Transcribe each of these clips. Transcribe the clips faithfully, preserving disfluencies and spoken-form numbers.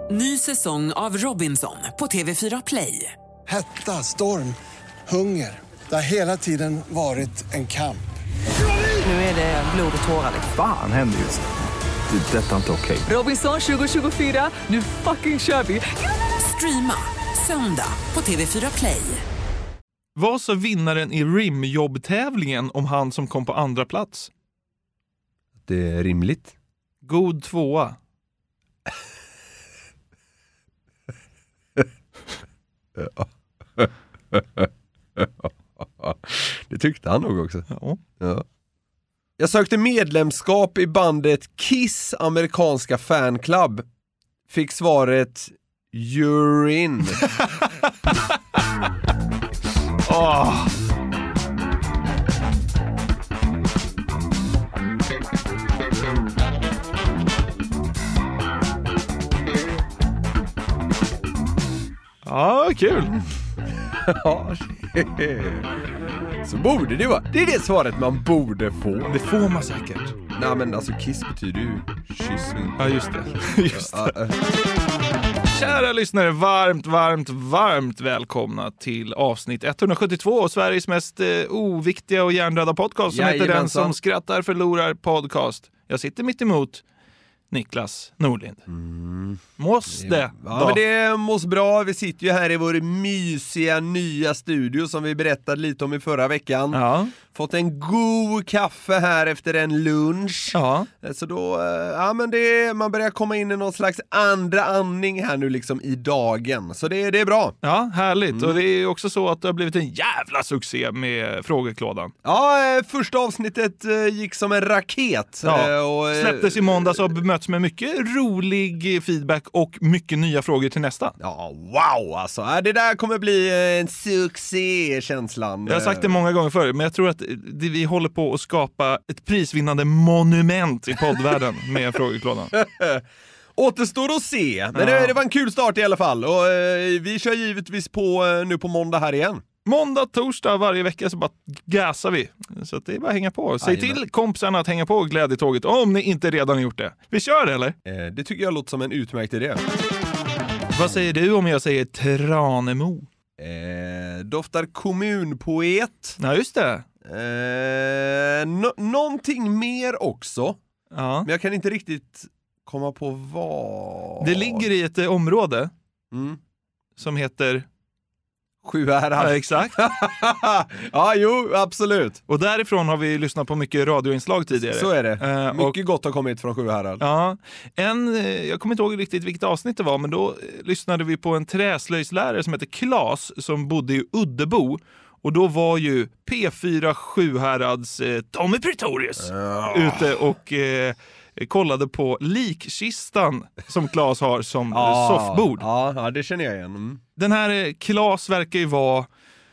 Ny säsong av Robinson på T V fyra Play. Hetta, storm, hunger. Det har hela tiden varit en kamp. Nu är det blod och tårar. Fan händer just det. Det är detta inte okej. Robinson tjugo tjugofyra, nu fucking kör vi. Streama söndag på T V fyra Play. Vad sa vinnaren i rimjobbtävlingen om han som kom på andra plats? Det är rimligt. God tvåa. Det tyckte han nog också. Ja. Ja. Jag sökte medlemskap i bandet Kiss amerikanska fanclub. Fick svaret you're in. Oh. Ja, kul. Ja, så borde det vara. Det är det svaret man borde få. Det får man säkert. Nej, men alltså kiss betyder ju kyssning. Ja, just det. Just det. Ja, äh. Kära lyssnare, varmt, varmt, varmt välkomna till avsnitt etthundrasjuttiotvå och Sveriges mest eh, oviktiga och hjärndöda podcast som heter Den som skrattar förlorar podcast. Jag sitter mitt emot Niklas Nordlind. Mm. Måste. Ja, men det måste bra. Vi sitter ju här i vår mysiga nya studio som vi berättade lite om i förra veckan. Ja. Fått en god kaffe här efter en lunch. Ja. Så då, ja men det, man börjar komma in i någon slags andra andning här nu liksom i dagen. Så det, det är bra. Ja, härligt. Mm. Och det är också så att det har blivit en jävla succé med frågeklådan. Ja, första avsnittet gick som en raket. Ja. Och släpptes i måndags och bemöts med mycket rolig feedback och mycket nya frågor till nästa. Ja, wow alltså. Det där kommer bli en succé, känslan. Jag har sagt det många gånger förr, men jag tror att det, vi håller på att skapa ett prisvinnande monument i poddvärlden med frågeklådan. Återstår att se. Men Ja. det, det var en kul start i alla fall. Och eh, vi kör givetvis på eh, nu på måndag här igen. Måndag, torsdag, varje vecka så bara gasar vi. Så att det är bara att hänga på. Säg Jajamän. till kompisarna att hänga på glädjetåget om ni inte redan gjort det. Vi kör eller? Eh, det tycker jag låter som en utmärkt idé. Vad säger du om jag säger Tranemo? Eh, doftar kommunpoet. Ja, just det. Eh, no- någonting mer också. Ja. Men jag kan inte riktigt komma på vad. Det ligger i ett eh, område Mm. som heter... Sjuhärad. Ja, exakt. Ja, jo, absolut. Och därifrån har vi lyssnat på mycket radioinslag tidigare. Så är det. Eh, Mycket och, gott har kommit från Sjuhärad. ja, en, eh, jag kommer inte ihåg riktigt vilket avsnitt det var, men då eh, lyssnade vi på en träslöjdslärare som heter Claes som bodde i Uddebo. Och då var ju P fyra Sjuhärads eh, Tommy Pretorius Ja. ute och eh, kollade på likkistan som Claes har som Ja. soffbord. Ja, ja, det känner jag igen. Mm. Den här eh, Claes verkar ju vara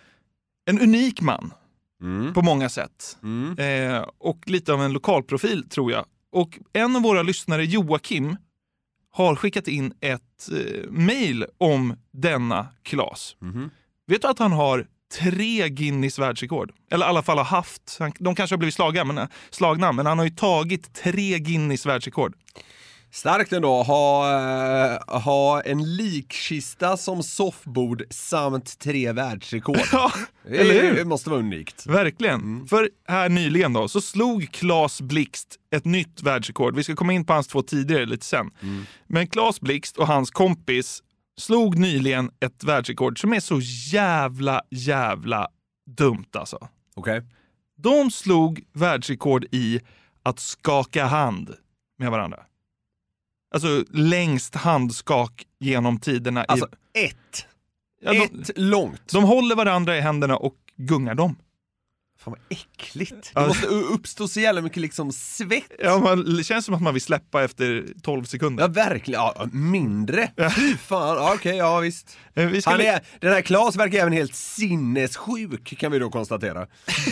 en unik man Mm. på många sätt. Mm. Eh, och lite av en lokalprofil tror jag. Och en av våra lyssnare, Joakim, har skickat in ett eh, mejl om denna Claes. Mhm. Vet du att han har tre Guinness världsrekord? Eller i alla fall har haft. Han, de kanske har blivit slagna men, slagna, men han har ju tagit tre Guinness världsrekord. Starkt ändå ha, uh, ha en likkista som soffbord samt tre världsrekord. Ja, eller det, hur? det måste vara unikt. Verkligen. Mm. För här nyligen då så slog Claes Blixt ett nytt världsrekord. Vi ska komma in på hans två tidigare lite sen. Mm. Men Claes Blixt och hans kompis slog nyligen ett världsrekord som är så jävla, jävla dumt alltså. Okej. De slog världsrekord i att skaka hand med varandra. Alltså längst handskak genom tiderna. Alltså i... ett. ja, de, ett långt. de håller varandra i händerna och gungar dem. Fan vad äckligt. Det Ja. måste uppstå så jävla mycket liksom svett. Ja, man, det känns som att man vill släppa efter tolv sekunder. Ja, verkligen. Ja, mindre. Fy fan. Ja, okej, ja visst. Eh, Vi ska Han li- är, den här Claes verkar även helt sinnessjuk, kan vi då konstatera.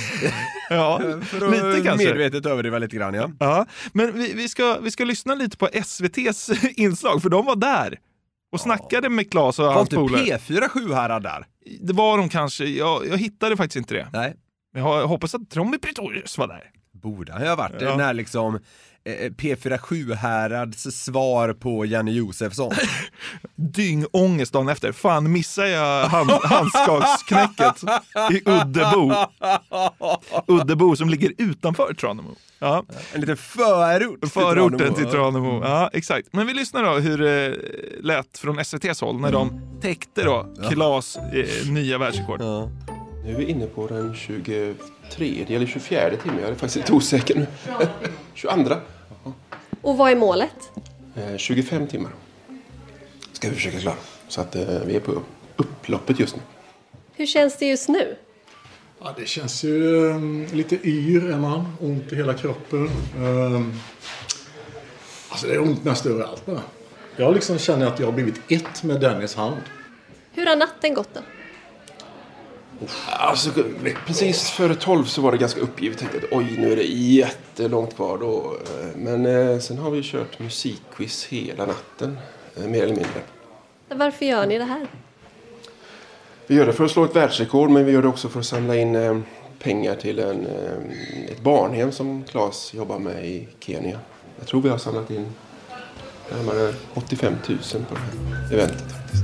ja, För att lite kanske. medvetet överdriva lite grann, ja. Ja, men vi, vi, ska, vi ska lyssna lite på S V T:s inslag, för de var där och snackade med Claes och Var hans inte polare. P fyra Sjuhärad där? Det var de kanske, jag, jag hittade faktiskt inte det. Nej. Men jag hoppas att Tommy Pretorius var där. borde han ha varit. Ja. Den här liksom eh, P fyra sju-härads svar på Janne Josefsson. Dyngångest dagen efter. Fan, missar jag hand, handskaksknäcket i Uddebo. Uddebo som ligger utanför Tranemo. Ja. En liten förort Förorten till till Tranemo. Ja, exakt. Men vi lyssnar då hur det lät från S V T:s håll när de täckte då Klas eh, nya världsrekord. Ja. Nu är vi inne på den tjugotredje eller tjugofjärde timmen. Jag är faktiskt lite osäker nu. tjugoandra. Och vad är målet? Eh, tjugofem timmar ska vi försöka klara. Så att eh, vi är på upploppet just nu. Hur känns det just nu? Ja, det känns ju um, lite yr är man. Ont i hela kroppen. Um, alltså det är ont nästan överallt bara. Jag liksom känner att jag har blivit ett med Dennis hand. Hur har natten gått då? Alltså, precis före tolv så var det ganska uppgivet. Jag tänkte att oj, nu är det jättelångt kvar då. Men eh, sen har vi kört musikquiz hela natten. Eh, mer eller mindre. Varför gör ni det här? Vi gör det för att slå ett världsrekord, men vi gör det också för att samla in eh, pengar till en, eh, ett barnhem som Klas jobbar med i Kenya. Jag tror vi har samlat in närmare åttiofem tusen på det här eventet faktiskt.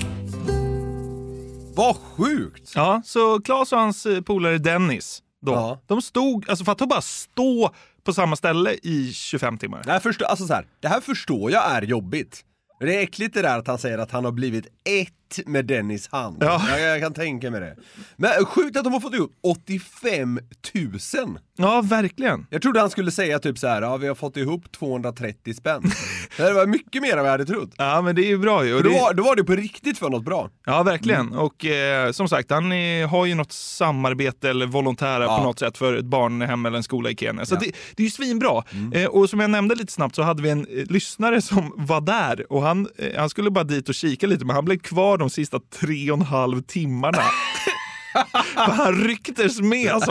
Vad sjukt! Ja, så Klas och hans polare Dennis då, Ja. de stod, alltså för att bara stå på samma ställe i tjugofem timmar. Det här, förstår, alltså så här, det här förstår jag är jobbigt. Det är äckligt det där att han säger att han har blivit ett med Dennis hand. Ja. Jag, jag kan tänka mig det. Men sjukt att de har fått ihop åttiofem tusen. Ja, verkligen. Jag trodde han skulle säga typ så här, ja vi har fått ihop tvåhundratrettio spänn. Det var mycket mer än vad jag hade trott. Ja, men det är ju bra ju. Och För då, det... var, då var det på riktigt för något bra. Ja, verkligen. Och eh, som sagt, han är, har ju något samarbete eller volontära Ja. på något sätt för ett barnhem eller en skola i Kenya. Så Ja. det, det är ju svinbra. Mm. Eh, och som jag nämnde lite snabbt så hade vi en eh, lyssnare som var där. Och han, eh, han skulle bara dit och kika lite, men han blev kvar de sista tre och en halv timmarna. För han rycktes med, alltså.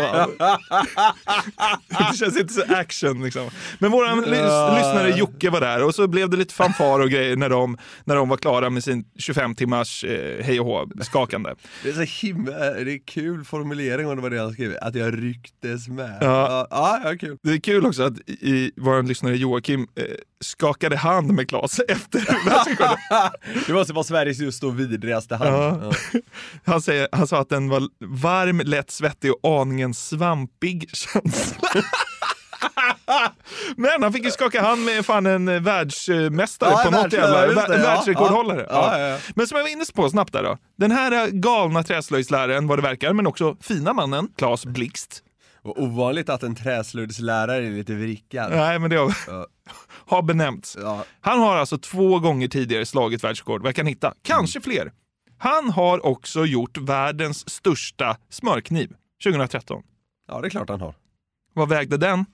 Det känns inte så action liksom. Men våran lys- lyssnare Jocke var där. Och så blev det lite fanfar och grejer när de, när de var klara med sin tjugofem timmars eh, hej och hå, skakande. Det är så himla, det är kul formulering om det var det han skrev. Att jag rycktes med. Ja. Ja, ja, kul. Det är kul också att i, vår lyssnare Joakim eh, skakade hand med Klas efter världsrekordet. Det måste vara Sveriges just då vidrigaste hand. Ja. Ja. Han, säger, han sa att den var varm, lätt svettig och aningen svampig känsla. Men han fick ju skaka hand med fan en världsmästare Ja, på något världs- jävla just det, vär- ja. världsrekordhållare. Ja, ja, ja. Men som jag var inne på snabbt där då. Den här galna träslöjdsläraren vad det verkar, men också fina mannen, Klas Blixt. Och ovanligt att en träslöjdslärare är lite vrickad. Nej, men det har, Ja. har benämnts. Ja. Han har alltså två gånger tidigare slagit världsrekord, vad jag kan hitta. Kanske Mm. fler. Han har också gjort världens största smörkniv tjugohundratretton. Ja, det är klart han har. Vad vägde den?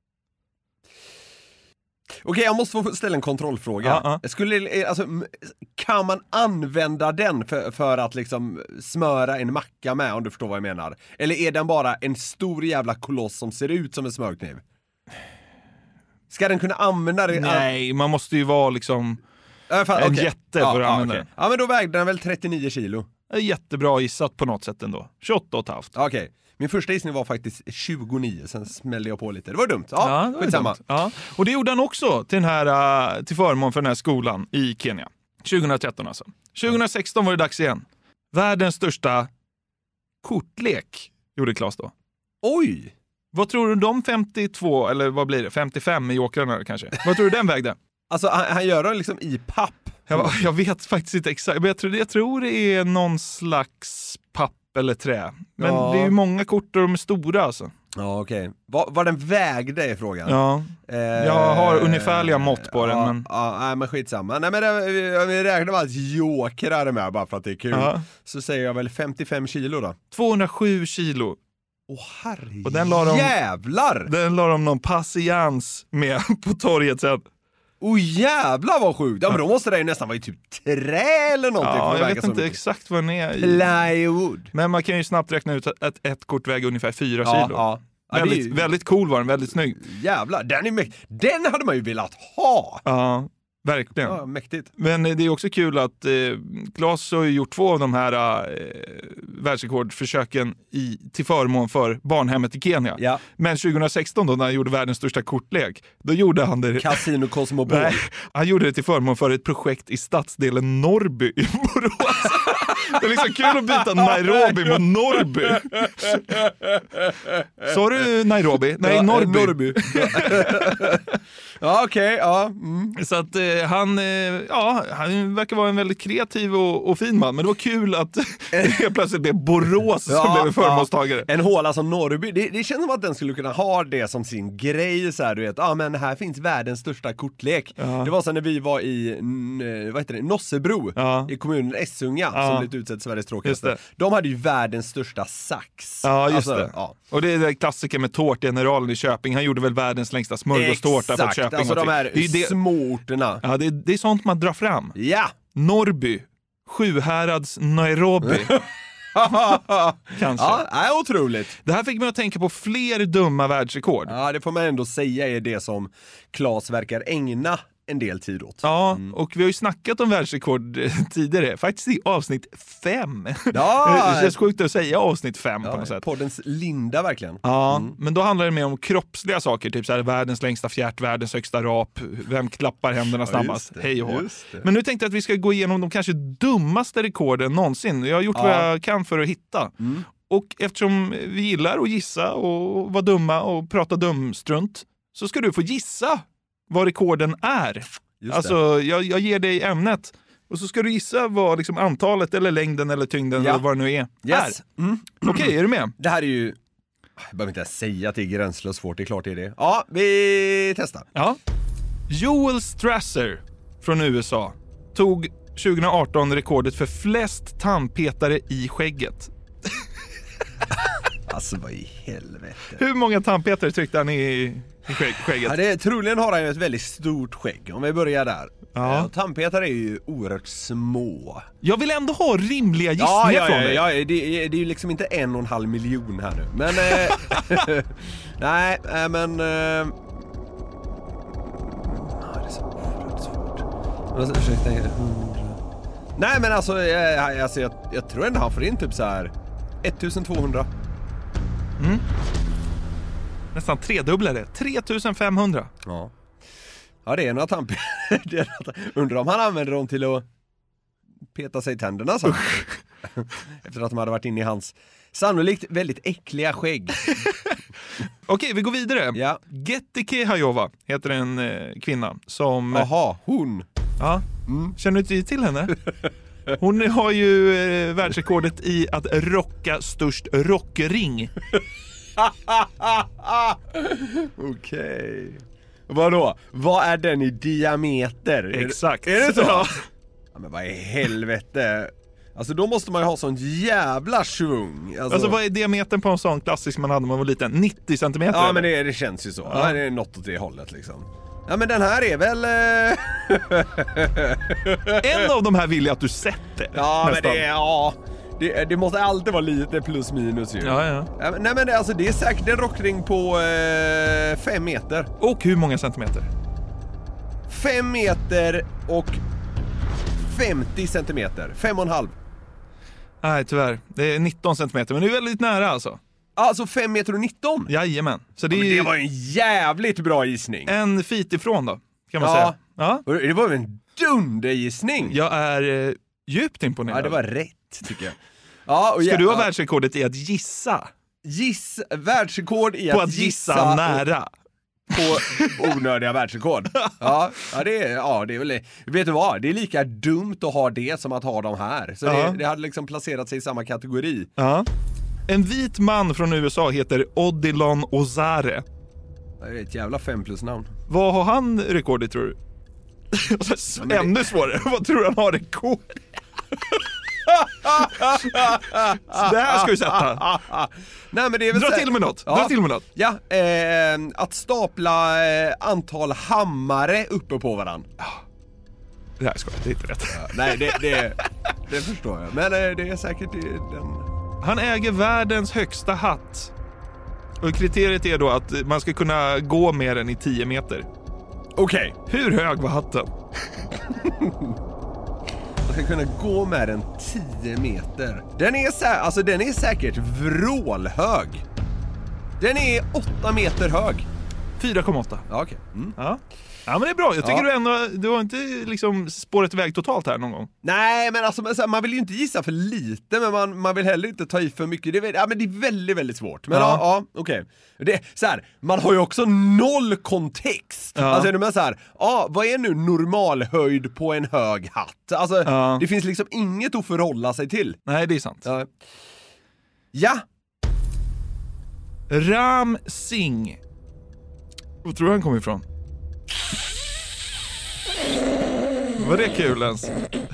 Okej, jag måste få ställa en kontrollfråga. Ja, ja. Skulle, alltså, m- kan man använda den för, för att liksom smöra en macka med, om du förstår vad jag menar? Eller är den bara en stor jävla koloss som ser ut som en smörkniv? Ska den kunna använda det? Nej, man måste ju vara liksom Ja, fan, en okej. jätte ja, för att ja, använda okej. den. Ja, men då vägde den väl trettionio kilo. Jättebra gissat på något sätt ändå. tjugoåtta och ett halvt. Okej. Min första gissning var faktiskt tjugonio, sen smällde jag på lite. Det var dumt. Ja, det var skitsamma. dumt. Ja. Och det gjorde han också till, den här, uh, till förmån för den här skolan i Kenya. tjugohundratretton alltså. tjugohundrasexton var det dags igen. Världens största kortlek gjorde Klas då. Oj! Vad tror du de femtiotvå, eller vad blir det, femtiofem i jokrarna kanske? Vad tror du den vägde? Alltså han, han gör den liksom i papp. Jag, jag vet faktiskt inte exakt, men jag tror, jag tror det är någon slags papp eller trä. Men Ja. det är ju många kort och de är stora alltså. Ja, okej. Vad, vad den vägde är frågan. Ja. Eh, Jag har ungefärliga mått på den, ja, men- Ja, nej, men skitsamma. Nej, men det, vi, vi räknar med att jokrar är med bara för att det är kul. Ja. Så säger jag väl femtiofem kilo då. tvåhundrasju kilo. Åh, herre Och den la de- jävlar! Den la de någon patiens med på torget sen. Åh jävlar vad sjukt! Ja, men då måste det ju nästan vara i typ trä eller någonting. för Ja, att jag väga vet så inte mycket. exakt vad den är i. Plywood. Men man kan ju snabbt räkna ut att ett, ett kort väger ungefär fyra Ja, kilo. ja. Ja, det är Väldigt, ju- väldigt cool var den, väldigt snygg. Jävlar, den, är mäkt- den hade man ju velat ha! Ja. Verkligen. Ja, mäktigt. Men det är också kul att eh, Claes har gjort två av de här eh, världsrekordförsöken i, till förmån för barnhemmet i Kenya. Ja. Men tjugohundrasexton då, när han gjorde världens största kortlek, då gjorde han det... Casino Cosmobol. Nej, han gjorde det till förmån för ett projekt i stadsdelen Norrby i Borås. Det är liksom kul att byta Nairobi med Norrby. Sa du Nairobi? Nej, ja, Norrby. Norrby. Ja, okej. Okay, ja. Mm. Så att eh, han, eh, ja, han verkar vara en väldigt kreativ och, och fin man. Men det var kul att helt plötsligt blev Borås som ja, blev förmånstagare. Ja. En håla som Norrby, det, det känns som att den skulle kunna ha det som sin grej. Så här, du vet, ah, men här finns världens största kortlek. Ja. Det var så när vi var i vad heter det, Nossebro, ja. i kommunen Essunga, ja. som blivit utsett Sveriges tråkigaste. De hade ju världens största sax. Ja, just alltså, det. Ja. Och det är det klassiker med tårtgeneralen i Köping. Han gjorde väl världens längsta smörgåstårta för Köping. Alltså de här det är det, småorterna. Ja, det är, det är sånt man drar fram. Ja. Norrby, Sjuhärads Nairobi. Kanske. Ja, är otroligt. Det här fick mig att tänka på fler dumma världsrekord. Ja, det får man ändå säga är det som Claes verkar ägna en del tid åt. Ja, mm. och vi har ju snackat om världsrekord tidigare. Faktiskt i avsnitt fem. Ja. Det känns sjukt att säga avsnitt fem ja, på något sätt. Poddens linda verkligen. Ja, mm. men då handlar det mer om kroppsliga saker. Typ så här, världens längsta fjärt, världens högsta rap. Vem klappar händerna snabbast? Ja, Hej och hå. Men nu tänkte jag att vi ska gå igenom de kanske dummaste rekorden någonsin. Jag har gjort ja. vad jag kan för att hitta. Mm. Och eftersom vi gillar att gissa och vara dumma och prata dumstrunt, så ska du få gissa vad rekorden är. Alltså, jag, jag ger dig ämnet. Och så ska du gissa vad liksom antalet eller längden eller tyngden ja. eller vad det nu är. Yes. Mm. Okej, okay, är du med? Det här är ju... Jag behöver inte säga att det är gränslöst svårt, det är klart det är det. Ja, vi testar. Ja. Joel Strasser från U S A tog tjugo arton rekordet för flest tandpetare i skägget. Alltså, vad i helvete. Hur många tandpetare tryckte han i... i skägget? Ja, det, troligen har han ju ett väldigt stort skägg. Om vi börjar där. Ja. Ja, tandpetare är ju oerhört små. Jag vill ändå ha rimliga gissningar ja, ja, från dig. Ja, ja, det, det är ju liksom inte en och en halv miljon här nu. Men... eh, nej, äh, men... Eh, det är så oerhört svårt. Jag försökte tänka... Nej, men alltså, jag, alltså jag, jag tror ändå han får in typ så här ettusentvåhundra. Mm. Nästan tredubblade. tre tusen femhundra. Ja. Ja, det är några tandpetare. Undrar om han använder dem till att peta sig i tänderna så. Efter att de hade varit inne i hans sannolikt väldigt äckliga skägg. Okej, vi går vidare. Ja. Gettike Hajova heter en eh, kvinna som... Jaha, hon. Ja. Mm. Känner du inte till henne? Hon har ju eh, världsrekordet i att rocka störst rockring. Okej. Okay. Vadå? Vad är den i diameter? Exakt. Är det så? Ja. Ja, men vad i helvete? Alltså då måste man ju ha sån jävla svung. Alltså, alltså vad är diametern på en sån klassisk man hade när man var liten? nittio centimeter? Ja, men det, det känns ju så. Ja. Ja, det är något åt det hållet liksom. Ja, men den här är väl... en av de här vill jag att du sätter. Ja, nästan. Men det är... Ja. Det, det måste alltid vara lite plus minus ju. Ja, ja. Nej, men det, alltså, det är säkert en rockring på eh, fem meter. Och hur många centimeter? Fem meter och femtio centimeter. Fem och en halv. Nej, tyvärr. Det är nitton centimeter, men det är väldigt nära alltså. Alltså fem meter och nitton? Jajamän. Så det, ja, är men det var en jävligt bra gissning. En fit ifrån då, kan man ja. säga. Ja. Det var en dundergissning. Jag är eh, djupt imponerad. Ja, det var rätt, tycker jag. Ja, och ska ja, du ha ja. världsrekordet i att gissa? Giss, världsrekord i på att, att gissa, gissa nära. På onödiga världsrekord. Ja, ja, det är, ja, det är väl... Vet du vad? Det är lika dumt att ha det som att ha dem här. Så ja. det, det hade liksom placerat sig i samma kategori. Ja. En vit man från U S A heter Odilon Ozare. Det är ett jävla fem plus namn. Vad har han rekord i, tror du? Ja, ännu det... svårare. Vad tror du han har rekord? Så det här ska vi sätta. Nej, men det är väl Dra så... till med något. Ja. Dra till med något. Ja, eh, att stapla eh, antal hammare uppe på varann. Det här ska jag, det är inte rätt. Ja, nej, det, det, det förstår jag. Men eh, det är säkert den... Han äger världens högsta hatt. Och kriteriet är då att man ska kunna gå mer än i tio meter. Okej. Okay. Hur hög var hatten? Man ska kunna gå med den tio meter. Den är, sä- alltså, den är säkert vrålhög. Den är åtta meter hög. fyra komma åtta. Ja, okej. Mm. Ja. Ja, men det är bra. Jag tycker Ja. du ändå, du har inte liksom spåret iväg totalt här någon gång. Nej, men alltså men så här, man vill ju inte gissa för lite, men man, man vill heller inte ta i för mycket. Det är, väl- ja, men det är väldigt, väldigt svårt. Men ja, Ja. ja, okej. Det så här, man har ju också noll kontext. Ja. Alltså är det med så här, ja, vad är nu normalhöjd på en hög hatt? Alltså, Ja. det finns liksom inget att förhålla sig till. Nej, det är sant. Ja. Ja. Ram Singh. Vad tror du han kommer ifrån? Var det kul ens?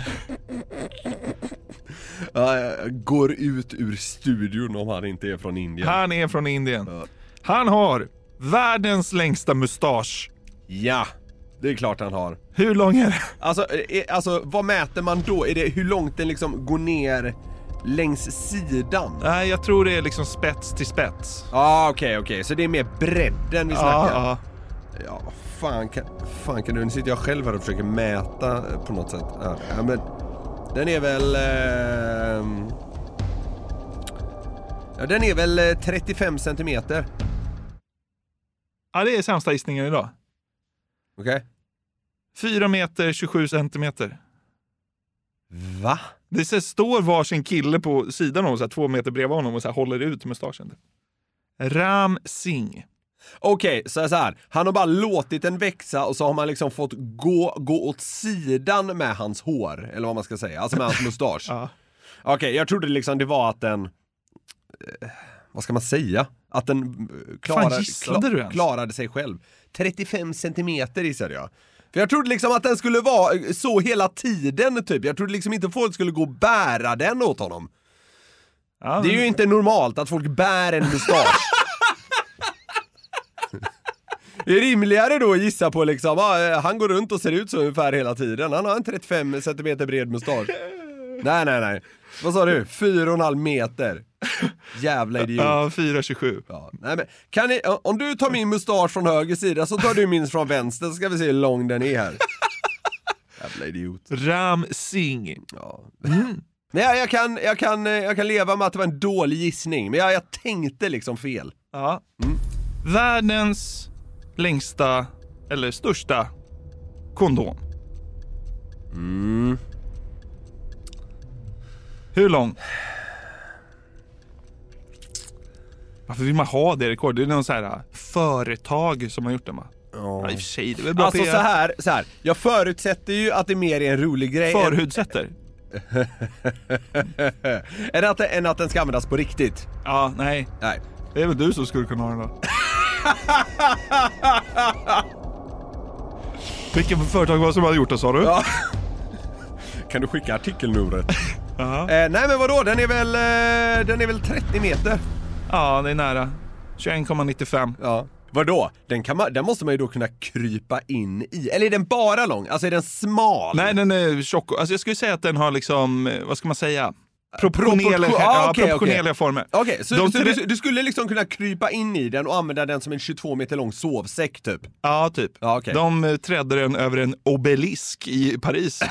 Ja, jag går ut ur studion om han inte är från Indien. Han är från Indien. Ja. Han har världens längsta mustasch. Ja, det är klart han har. Hur lång är det? Alltså, är, alltså vad mäter man då? Är det hur långt den liksom går ner längs sidan? Nej, jag tror det är liksom spets till spets. Ja, ah, okej, okay, okej. Okay. Så det är mer bredden vi snackar. Ja, Ja, fan kan, fan kan du... Nu sitter jag själv här och försöker mäta på något sätt. Ja, ja men den är väl... Eh, ja, den är väl trettiofem centimeter. ja, det är sämsta gissningen idag. Okej. Okay. fyra meter tjugosju centimeter. Va? Det så står varsin kille på sidan om så här, två meter bredvid honom och så här, håller ut mustaschen. Ram Singh. Okej, okay, så, så här. Han har bara låtit den växa och så har man liksom fått gå, gå åt sidan med hans hår. Eller vad man ska säga, alltså med hans mustasch. Ja. Okej, okay, jag trodde liksom det var att den... Eh, vad ska man säga? Att den eh, klarade, Fan, gissade du ens? klarade sig själv. trettiofem centimeter gissade jag. För jag trodde liksom att den skulle vara så hela tiden typ. Jag trodde liksom inte folk skulle gå och bära den åt honom. Ja, Det är ju inte normalt att folk bär en mustasch. Det är rimligare då att gissa på liksom, ah, han går runt och ser ut så ungefär hela tiden. Han har en trettiofem centimeter bred mustasch. Nej, nej, nej. Vad sa du? Fyra och en halv meter. Jävla idiot. Ja, fyra tjugosju. Ja, nej, men kan ni, om du tar min mustasch från höger sida så tar du min från vänster så ska vi se hur lång den är här. Jävla idiot. Ram Singh. Ja. Mm. Men jag, jag, kan, jag, kan, jag kan leva med att det var en dålig gissning. Men jag, jag tänkte liksom fel. Ja. Mm. Världens längsta eller största kondom. Mm. Hur lång? Varför vill man ha det rekord? Det är någon så här företag som har gjort det, va? Ja. Ja, i och för sig, det är väl bra Alltså P R. så här, så här. Jag förutsätter ju att det mer är en rolig grej. Förhudsätter. Är det att, än att den ska användas på riktigt? Ja, nej. Nej. Det är väl du som skulle kunna ha den då. Vilken företag var det som hade gjort det, sa du? Ja. Kan du skicka artikelnumret? Uh-huh. eh, nej men vadå, den är väl eh, den är väl trettio meter. Ja, det är nära. tjugoett komma nittiofem. Ja. Vadå? Den, kan man, den måste man ju då kunna krypa in i. Eller är den bara lång? Alltså är den smal? Nej, den är tjock. Alltså jag skulle säga att den har liksom, vad ska man säga? Proportionella, Proportion- ja, ah, okay, proportionella okay. former. Okej, okay, så, De så tre- du, du skulle liksom kunna krypa in i den och använda den som en tjugotvå meter lång sovsäck typ? Ja, typ. Ja, okay. De eh, trädde den över en obelisk i Paris.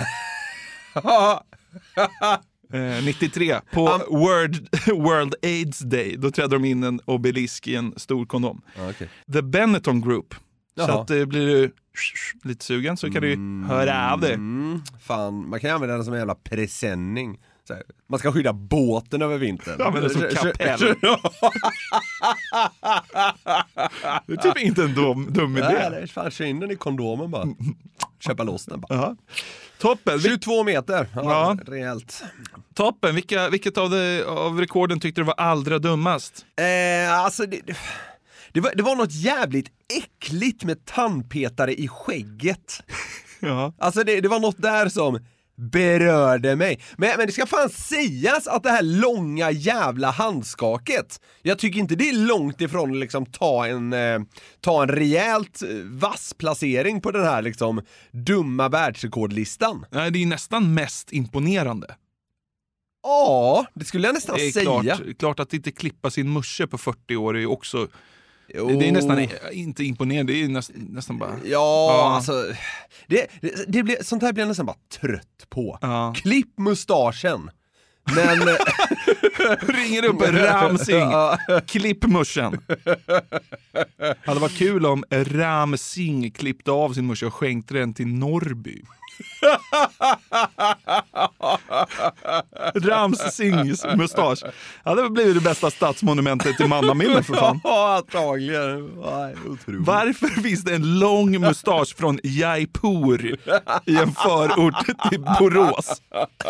eh, nittiotre på Um, World, World AIDS Day. Då trädde de in en obelisk i en stor kondom. Okay. The Benetton Group. Jaha. Så att eh, blir du lite sugen så kan du höra av det. Mm, fan, man kan använda den som en jävla presenning. Så här, man ska skydda båten över vintern. Ja, men det är som kapell. Det är typ inte en dum, dum idé. Nej, nej, fan, kör in den i kondomen bara. Köpa loss den bara. Ja. Toppen. tjugotvå meter. Ja, Ja. Rejält. Toppen. Vilka, vilket av, det, av rekorden tyckte du var allra dummast? Eh, alltså det, det, var, det var något jävligt äckligt med tandpetare i skägget. Ja. Alltså det, det var något där som berörde mig. Men, men det ska fan sägas att det här långa jävla handskaket, jag tycker inte det är långt ifrån att liksom ta en, eh, ta en rejält vass placering på den här liksom dumma världsrekordlistan. Nej, det är nästan mest imponerande. Ja, det skulle jag nästan Det är säga. klart, klart att inte klippa sin musche på fyrtio år är ju också Jo. Det är nästan inte imponerande, det är näst, nästan bara... Ja, ja. alltså... Det, det, det blir, sånt här blir jag nästan bara trött på. Ja. Klipp mustaschen. Men... ringer upp Ramsing. Klipp muschen. Det hade varit kul om Ramsing klippte av sin musch och skänkte den till Norrby. Ramsings mustasch. Ja, det blir det bästa stadsmonumentet i mannaminne för fan. Ja, antagligen. Varför finns det en lång mustasch från Jaipur i en förort till Borås?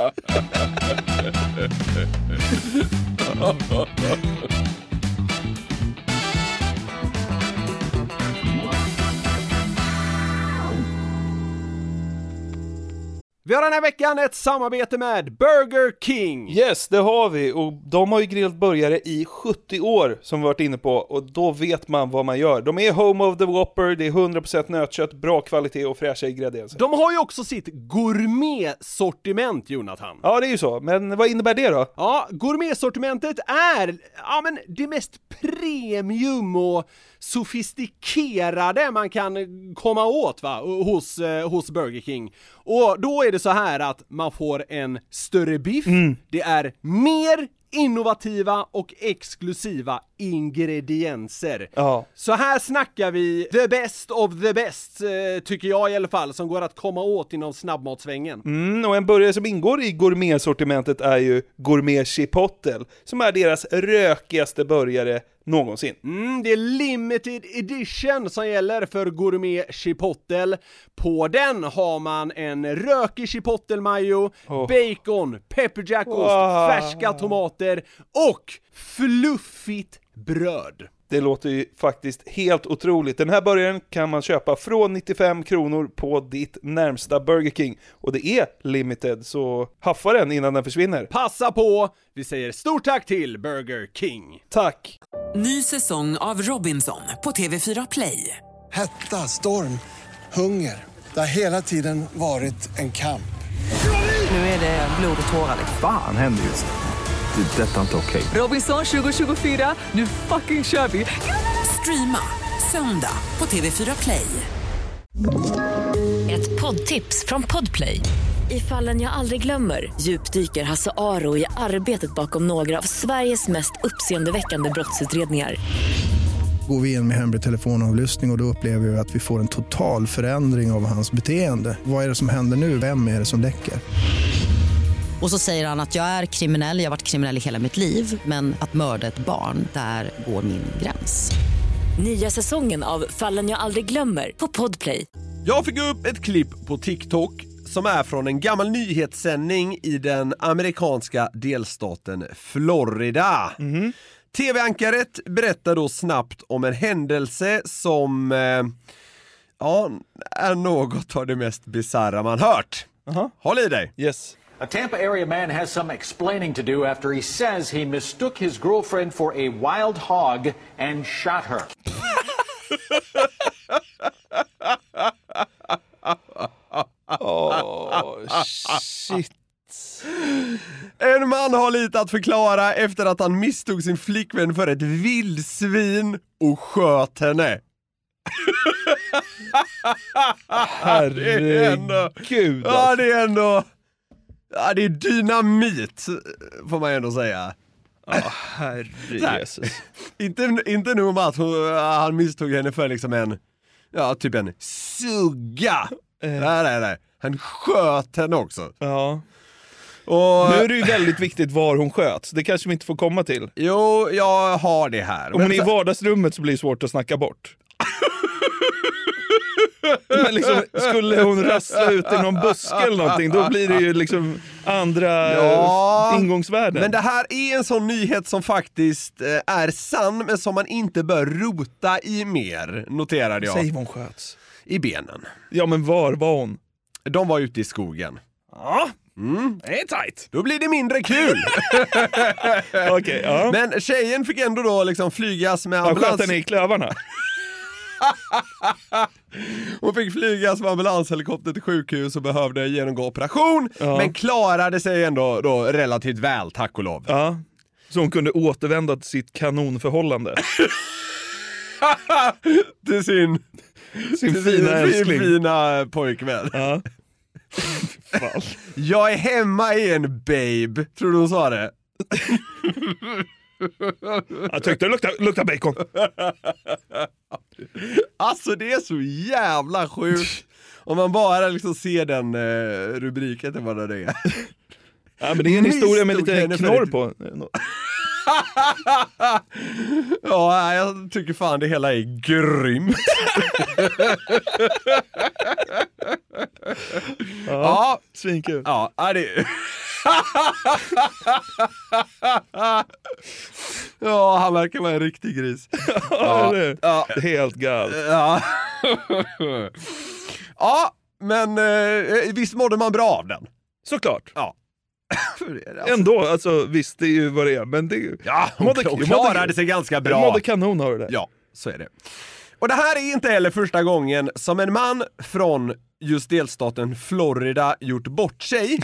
Vi har den här veckan ett samarbete med Burger King. Yes, det har vi. Och de har ju grillat burgare i sjuttio år som vi varit inne på. Och då vet man vad man gör. De är home of the Whopper, det är hundra procent nötkött, bra kvalitet och fräscha ingredienser. De har ju också sitt gourmet-sortiment, Jonathan. Ja, det är ju så. Men vad innebär det då? Ja, gourmet-sortimentet är ja, men det mest premium och sofistikerade man kan komma åt va? Hos, eh, hos Burger King. Och då är det så här att man får en större biff, mm. det är mer innovativa och exklusiva ingredienser. Ja. Så här snackar vi the best of the best, eh, tycker jag i alla fall, som går att komma åt inom snabbmatsvängen. Mm, och en burgare som ingår i gourmet-sortimentet är ju Gourmet Chipotle, som är deras rökigaste burgare någonsin. Mm, det är limited edition som gäller för Gourmet Chipotle. På den har man en rökig chipotle mayo, oh. bacon, pepperjackost, oh. färska tomater och fluffigt bröd. Det låter ju faktiskt helt otroligt. Den här burgaren kan man köpa från nittiofem kronor på ditt närmsta Burger King. Och det är limited, så haffa den innan den försvinner. Passa på! Vi säger stort tack till Burger King. Tack! Ny säsong av Robinson på T V fyra Play. Hetta, storm, hunger. Det har hela tiden varit en kamp. Nu är det blod och tårar. Fan händer just det. Det är detta inte okej. Okay. Robinson tjugo tjugofyra, nu fucking kör vi. Streama söndag på T V fyra Play. Ett poddtips från Podplay. I Fallen jag aldrig glömmer djupdyker Hasse Aro i arbetet bakom några av Sveriges mest uppseendeväckande brottsutredningar. Går vi in med hemlig telefonavlyssning och, och då upplever vi att vi får en total förändring av hans beteende. Vad är det som händer nu? Vem är det som läcker? Och så säger han att jag är kriminell, jag har varit kriminell i hela mitt liv. Men att mörda ett barn, där går min gräns. Nya säsongen av Fallen jag aldrig glömmer på Podplay. Jag fick upp ett klipp på TikTok som är från en gammal nyhetssändning i den amerikanska delstaten Florida. Mm-hmm. T V-ankaret berättar då snabbt om en händelse som eh, ja, är något av det mest bizarra man hört. Uh-huh. Håll i dig. Yes. A Tampa area man has some explaining to do after he says he mistook his girlfriend for a wild hog and shot her. Oh, shit. En man har lite att förklara efter att han misstog sin flickvän för ett vildsvin och sköt henne. Herregud. Ja, det är ändå... Ja, det är dynamit, får man ändå säga. Ja, oh, herrejesus. inte, inte nog med att hon, han misstog henne för liksom en... Ja, typ en sugga. Uh. Nej, nej, nej. Han sköt henne också. Ja. Och... Nu är det ju väldigt viktigt var hon sköts. Det kanske vi inte får komma till. Jo, jag har det här. Om hon är i vardagsrummet så blir det svårt att snacka bort. Men liksom, skulle hon rassla ut i någon buske eller någonting, då blir det ju liksom andra ja, ingångsvärden. Men det här är en sån nyhet som faktiskt är sann, men som man inte bör rota i mer, noterade jag. Säg vad hon sköts. I benen. Ja, men var var hon? De var ute i skogen. Ja, mm. det är tajt. Då blir det mindre kul. Okay, ja. Men tjejen fick ändå då liksom flygas med ambulans. Han sköt henne i klövarna. Hon fick flygas med ambulanshelikopter till sjukhus och behövde genomgå operation, ja. Men klarade sig ändå då relativt väl, tack och lov. Ja. Så hon kunde återvända till sitt kanonförhållande. till sin, sin till fina sin, älskling. Sin fina pojkvän. Ja. Jag är hemma igen, babe. Tror du hon sa det? Jag tyckte det luktade, luktade bacon. Alltså det är så jävla sjukt. Om man bara liksom ser den eh, rubriken till vad det är. Ja, men det är en historia med lite knorr på. Ja, jag tycker fan det hela är grymt. Ja, ja. Svinkul. Ja, är det... Ja, han verkar vara en riktig gris. Ja, det är ja. helt galet. Ja. Ja, men eh, visst mådde man bra av den? Såklart. Ja. Alltså. Ändå, alltså visst det är ju vad det är, men det ja, hon, mådde, hon klarade mådde, sig ganska bra. Jag mådde kanon av det där. Ja, så är det. Och det här är inte heller första gången som en man från just delstaten Florida gjort bort sig.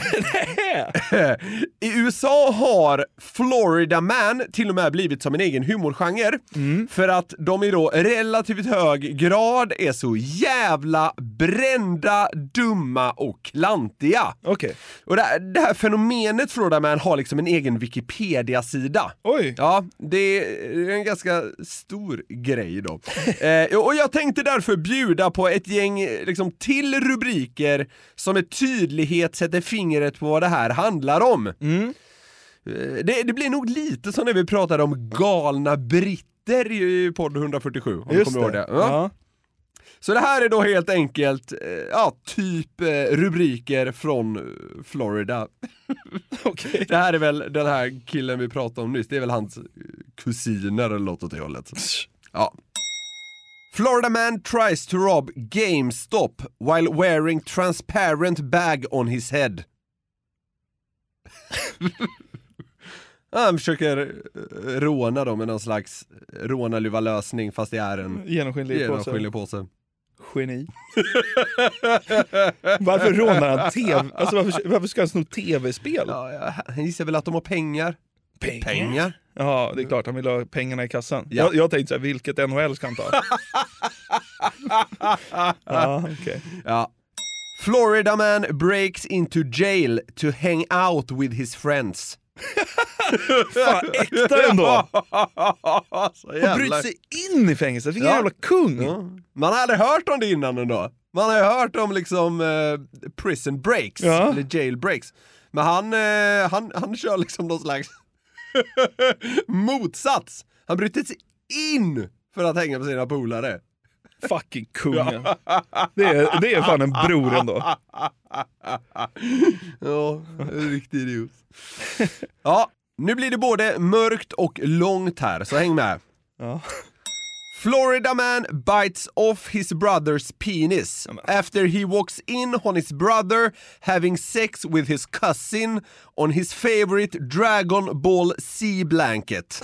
I U S A har Florida Man till och med blivit som en egen humorgenre. Mm. För att de i då relativt hög grad är så jävla brända, dumma och klantiga. Okej. Okay. Och det här, det här fenomenet Florida Man har liksom en egen Wikipedia-sida. Oj. Ja, det är en ganska stor grej då. eh, och jag tänkte därför bjuda på ett gäng liksom till rubriker som med tydlighet sätter fingret på vad det här handlar om. Mm. Det, det blir nog lite som när vi pratade om galna britter i podd hundrafyrtiosju. Om Just du kommer det. ihåg det. Ja. Ja. Så det här är då helt enkelt ja, typ rubriker från Florida. Okay. Det här är väl den här killen vi pratade om nyss. Det är väl hans kusiner eller något åt det hållet. Ja. Florida man tries to rob GameStop while wearing transparent bag on his head. Han försöker råna dem med någon slags rånaluva-lösning fast det är en genomskinlig, genomskinlig påse. påse. Geni. Varför rånar han T V? Alltså varför, varför ska han sno tv-spel? Ja, ja, han gissar väl att de har pengar. Pengar? pengar. Ja, det är klart. Han vill ha pengarna i kassan. Ja. Jag, jag tänkte så här, vilket N H L ska han ta? Ja, okej. Okay. Ja. Florida man breaks into jail to hang out with his friends. Fan, äkta ändå. Och bryter sig in i fängelset. Vilken ja. jävla kung. Ja. Man hade hört om det innan ändå. Man har ju hört om liksom eh, prison breaks ja. eller jail breaks. Men han, eh, han, han kör liksom någon slags motsats. Han bryter sig in för att hänga på sina polare. Fucking kungen. Det är, det är fan en bror ändå. Ja, riktigt idiot. Ja, nu blir det både mörkt och långt här, så häng med. Ja. Florida man bites off his brother's penis after he walks in on his brother having sex with his cousin on his favorite Dragon Ball C blanket.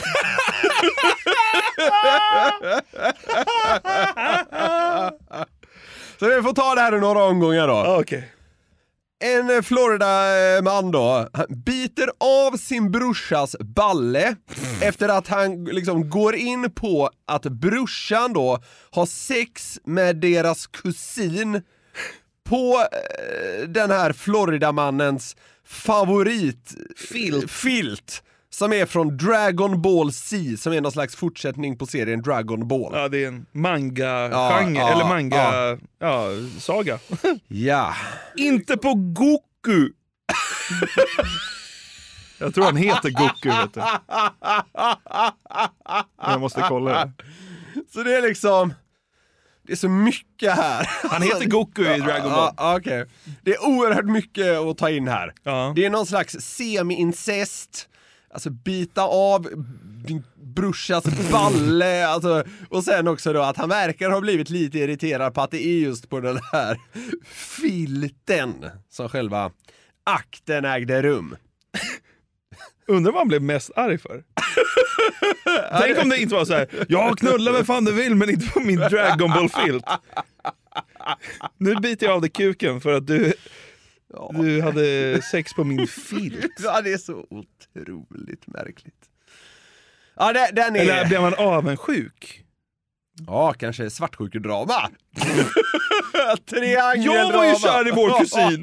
Så vi får ta det här i några omgångar då. Okej. Okay. En Florida-man då biter av sin brorsas balle mm. efter att han liksom går in på att brorsan då har sex med deras kusin på eh, den här Florida-mannens favorit filt. filt som är från Dragon Ball C, som är någon slags fortsättning på serien Dragon Ball. Ja, det är en manga-genre, ja, ja, eller manga-saga. Ja, saga. Ja. Inte på Goku! Jag tror han heter Goku, vet du. Jag måste kolla det. Så det är liksom... Det är så mycket här. Han heter Goku i Dragon Ball. Ja, okej. Okay. Det är oerhört mycket att ta in här. Ja. Det är någon slags semi-incest. Alltså bita av din brorsas balle. Alltså, och sen också då att han verkar ha blivit lite irriterad på att det är just på den här filten som själva akten ägde rum. Undrar vad han blev mest arg för. Tänk om det inte var så här: jag knullar med fan du vill, men inte på min Dragon Ball-filt. Nu biter jag av dig kuken för att du ja. du hade sex på min filt. Ja, det är så otroligt märkligt. Ja, det, den är... Eller blev man avundsjuk? Ja, kanske svartsjukedrama. Triangeldrama. Jag var ju kär i vår kusin.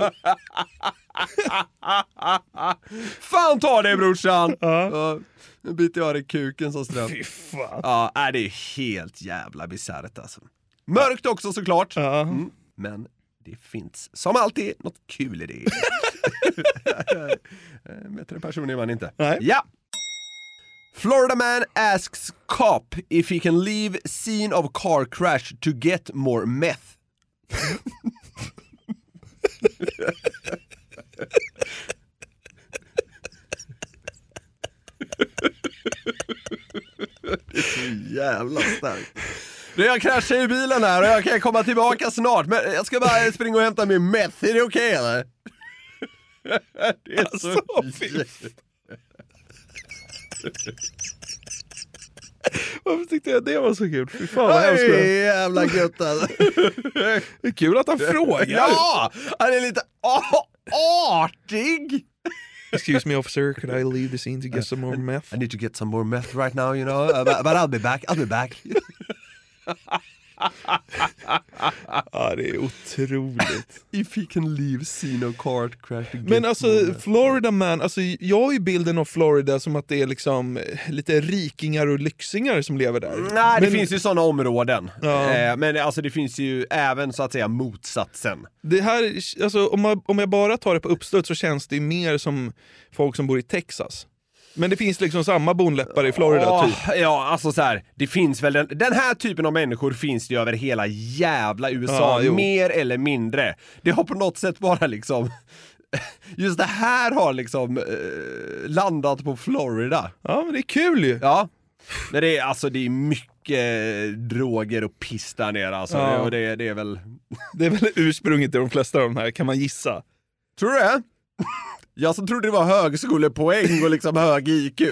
Fan ta det, brorsan. Ja. Nu biter jag i kuken som ström. Fy fan. Ja, är det är helt jävla bisarrt alltså. Mörkt också såklart. Ja. Mm. Men det finns som alltid något kul i det. Bättre person är man inte. Nej. Ja. Florida man asks cop if he can leave scene of car crash to get more meth. Det är så jävla starkt. Jag kraschar i bilen här och jag kan komma tillbaka snart, men jag ska bara springa och hämta min meth. Är det okej okay, eller? Det är alltså, så fint. Varför tyckte jag det var så kul? Fy fan vad hemskt. Det är jävla gött alltså. Det är kul att han frågar. Ja, han är lite artig. Excuse me officer, could I leave the scene to get some more meth? I need to get some more meth right now, you know, uh, but, but I'll be back, I'll be back. Ja, det är otroligt. If he can leave scene of car crash. Men alltså, Florida man, alltså jag har ju bilden av Florida som att det är liksom lite rikingar och lyxingar som lever där. Nej, det men, finns ju sådana områden. Ja. Eh, men alltså det finns ju även så att säga motsatsen. Det här, alltså om, man, om jag bara tar det på uppstöd så känns det mer som folk som bor i Texas. Men det finns liksom samma bonläppar i Florida oh, typ. Ja, alltså så här, det finns väl den, den här typen av människor finns det ju över hela jävla U S A, ja, mer eller mindre. Det har på något sätt bara liksom just det här har liksom eh, landat på Florida. Ja, men det är kul ju. Ja. Men det är alltså det är mycket droger och piss där nere alltså. Ja. Och det, det är väl det är väl ursprunget i de flesta av de här, kan man gissa. Tror du det? Jag som trodde det var högskolepoäng och liksom hög I Q.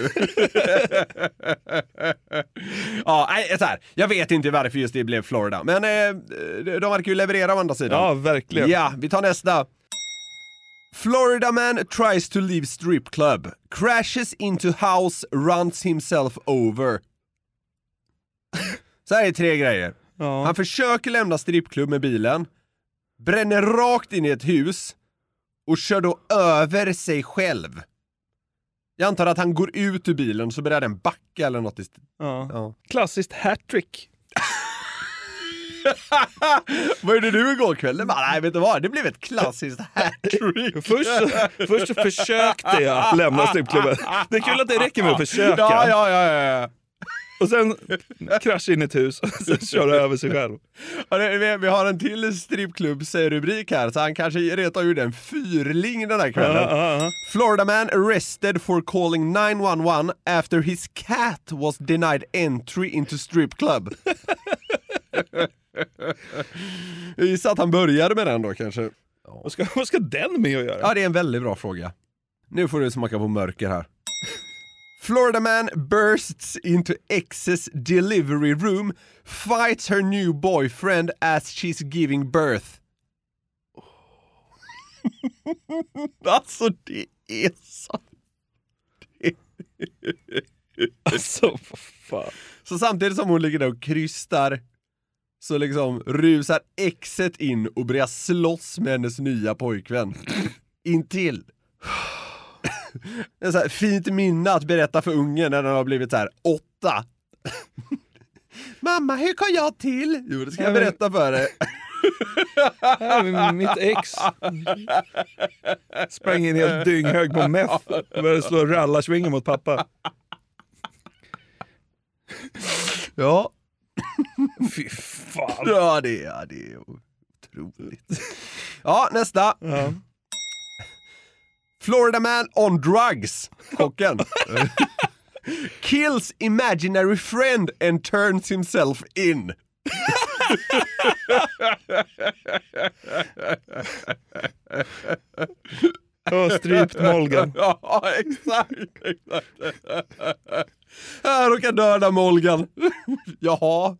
Ja, nej, så här. Jag vet inte varför just det blev Florida. Men eh, de verkar ju leverera å andra sidan. Ja, verkligen. Ja, vi tar nästa. Florida man tries to leave strip club. Crashes into house, runs himself over. Så här är tre grejer. Ja. Han försöker lämna strippklubb med bilen. Bränner rakt in i ett hus. Och kör då över sig själv. Jag antar att han går ut ur bilen så börjar den backa eller något. Ja. Ja. Klassiskt hattrick. Vad gjorde du igår kväll? Nej, vet du vad? Det blev ett klassiskt hattrick. Först, först så försökte jag lämna strippklubben. Det är kul att det räcker med att försöka. Ja, ja, ja, ja. Och sen kraschar in i ett hus och sen kör över sig själv. Ja, det, vi har en till strippklubbs-rubrik här, så han kanske retar ur den fyrling den här kvällen. Ja, ja, ja. Florida man arrested for calling nine one one after his cat was denied entry into strip club. Jag gissar att han började med den då kanske. Vad ska, vad ska den med att göra? Ja, det är en väldigt bra fråga. Nu får du smaka på mörker här. Florida man bursts into ex's delivery room, fights her new boyfriend as she's giving birth. Alltså, det är så... Alltså, fan. Så samtidigt som hon ligger där och krystar så liksom rusar exet in och börjar slåss med hennes nya pojkvän. Intill. Det är så här fint minne att berätta för ungen när den har blivit så här åtta. Mamma, hur kom jag till? Jo, det ska jag berätta för dig. Ja, mitt ex sprang in helt dynghög på meth och började slå rallarsvingen mot pappa. Ja. Fy fan. Ja, det är, ja, det är otroligt. Ja, nästa. Ja. Florida man on drugs. Kocken. Kills imaginary friend and turns himself in. Ja, strypt Molgan. Ja, exakt, exakt. Jag råkar döda Molgan. Jaha.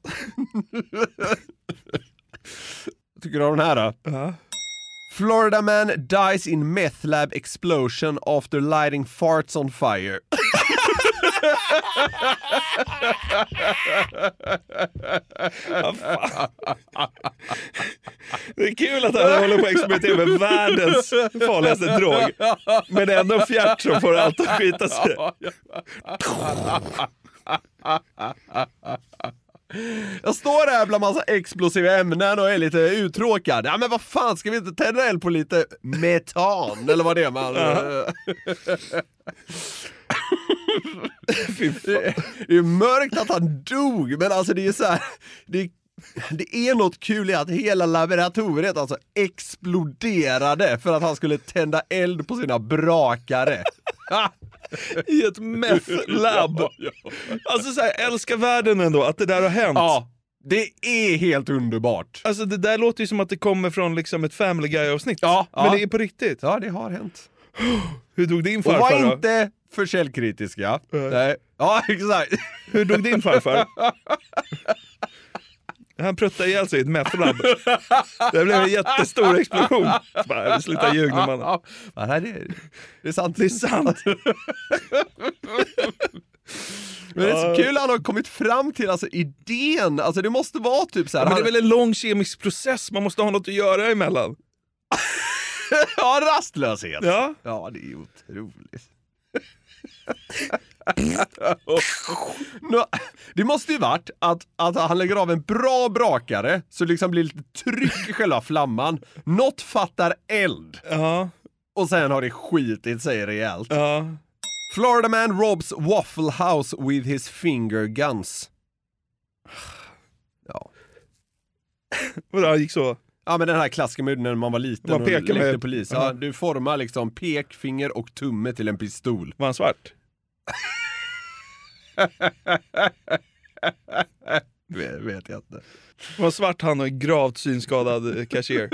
Tycker du om den här då? Ja. Florida man dies in meth lab explosion after lighting farts on fire. Ja, fan. Det är kul att han håller på att experimentera med världens farligaste drog. Men ändå fjärt som får allt att skita sig. Jag står här bland massa explosiva ämnen och är lite uttråkad. Ja, men vad fan, ska vi inte tända eld på lite metan? Eller vad det är man... Ja. det, det är mörkt att han dog, men alltså det är så här... Det, det är något kul i att hela laboratoriet alltså exploderade för att han skulle tända eld på sina brakare. I ett meth-lab. Alltså så här, älskar världen ändå att det där har hänt. Ja, det är helt underbart. Alltså det där låter ju som att det kommer från liksom ett Family Guy-avsnitt. Ja, men ja. det är på riktigt. Ja, det har hänt. Hur dog din farfar då? Och var då? inte för källkritiska. Mm. Nej. Ja, exakt. Hur dog din farfar? Han pruttade ihjäl sig i ett meth-lab. Det blev en jättestor explosion. Bara, sluta ljugna, man. Ja, det, är, det är sant. Det är sant. Men det är så kul att han har kommit fram till alltså, idén. Alltså det måste vara typ så här. Ja, men han... det är väl en lång kemisk process. Man måste ha något att göra emellan. Ja, rastlöshet. Ja, ja det är otroligt. no, det måste ju varit att, att han lägger av en bra brakare så liksom blir lite tryck i själva flamman. Något fattar eld. Ja. Och sen har det skitit sig rejält. Ja. Florida man robs Waffle House with his finger guns. Ja. Vadå, han gick så? Ja, men den här klassiska med när man var liten man och lekte med polis. Ja, du formar liksom pekfinger och tumme till en pistol. Var han svart? vet, vet jag inte. Var svart han och en gravt synskadad cashier.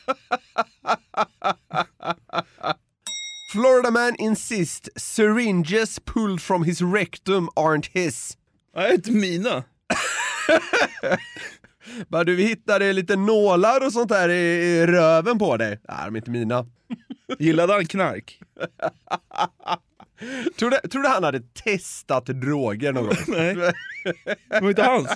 Florida man insists syringes pulled from his rectum aren't his. Nej, inte mina. Bara du, vi hittade lite nålar och sånt där i, i röven på dig. Nej, de är inte mina. Gillade han knark? Tror du, tror du han hade testat droger någon gång? Nej, det var inte hans.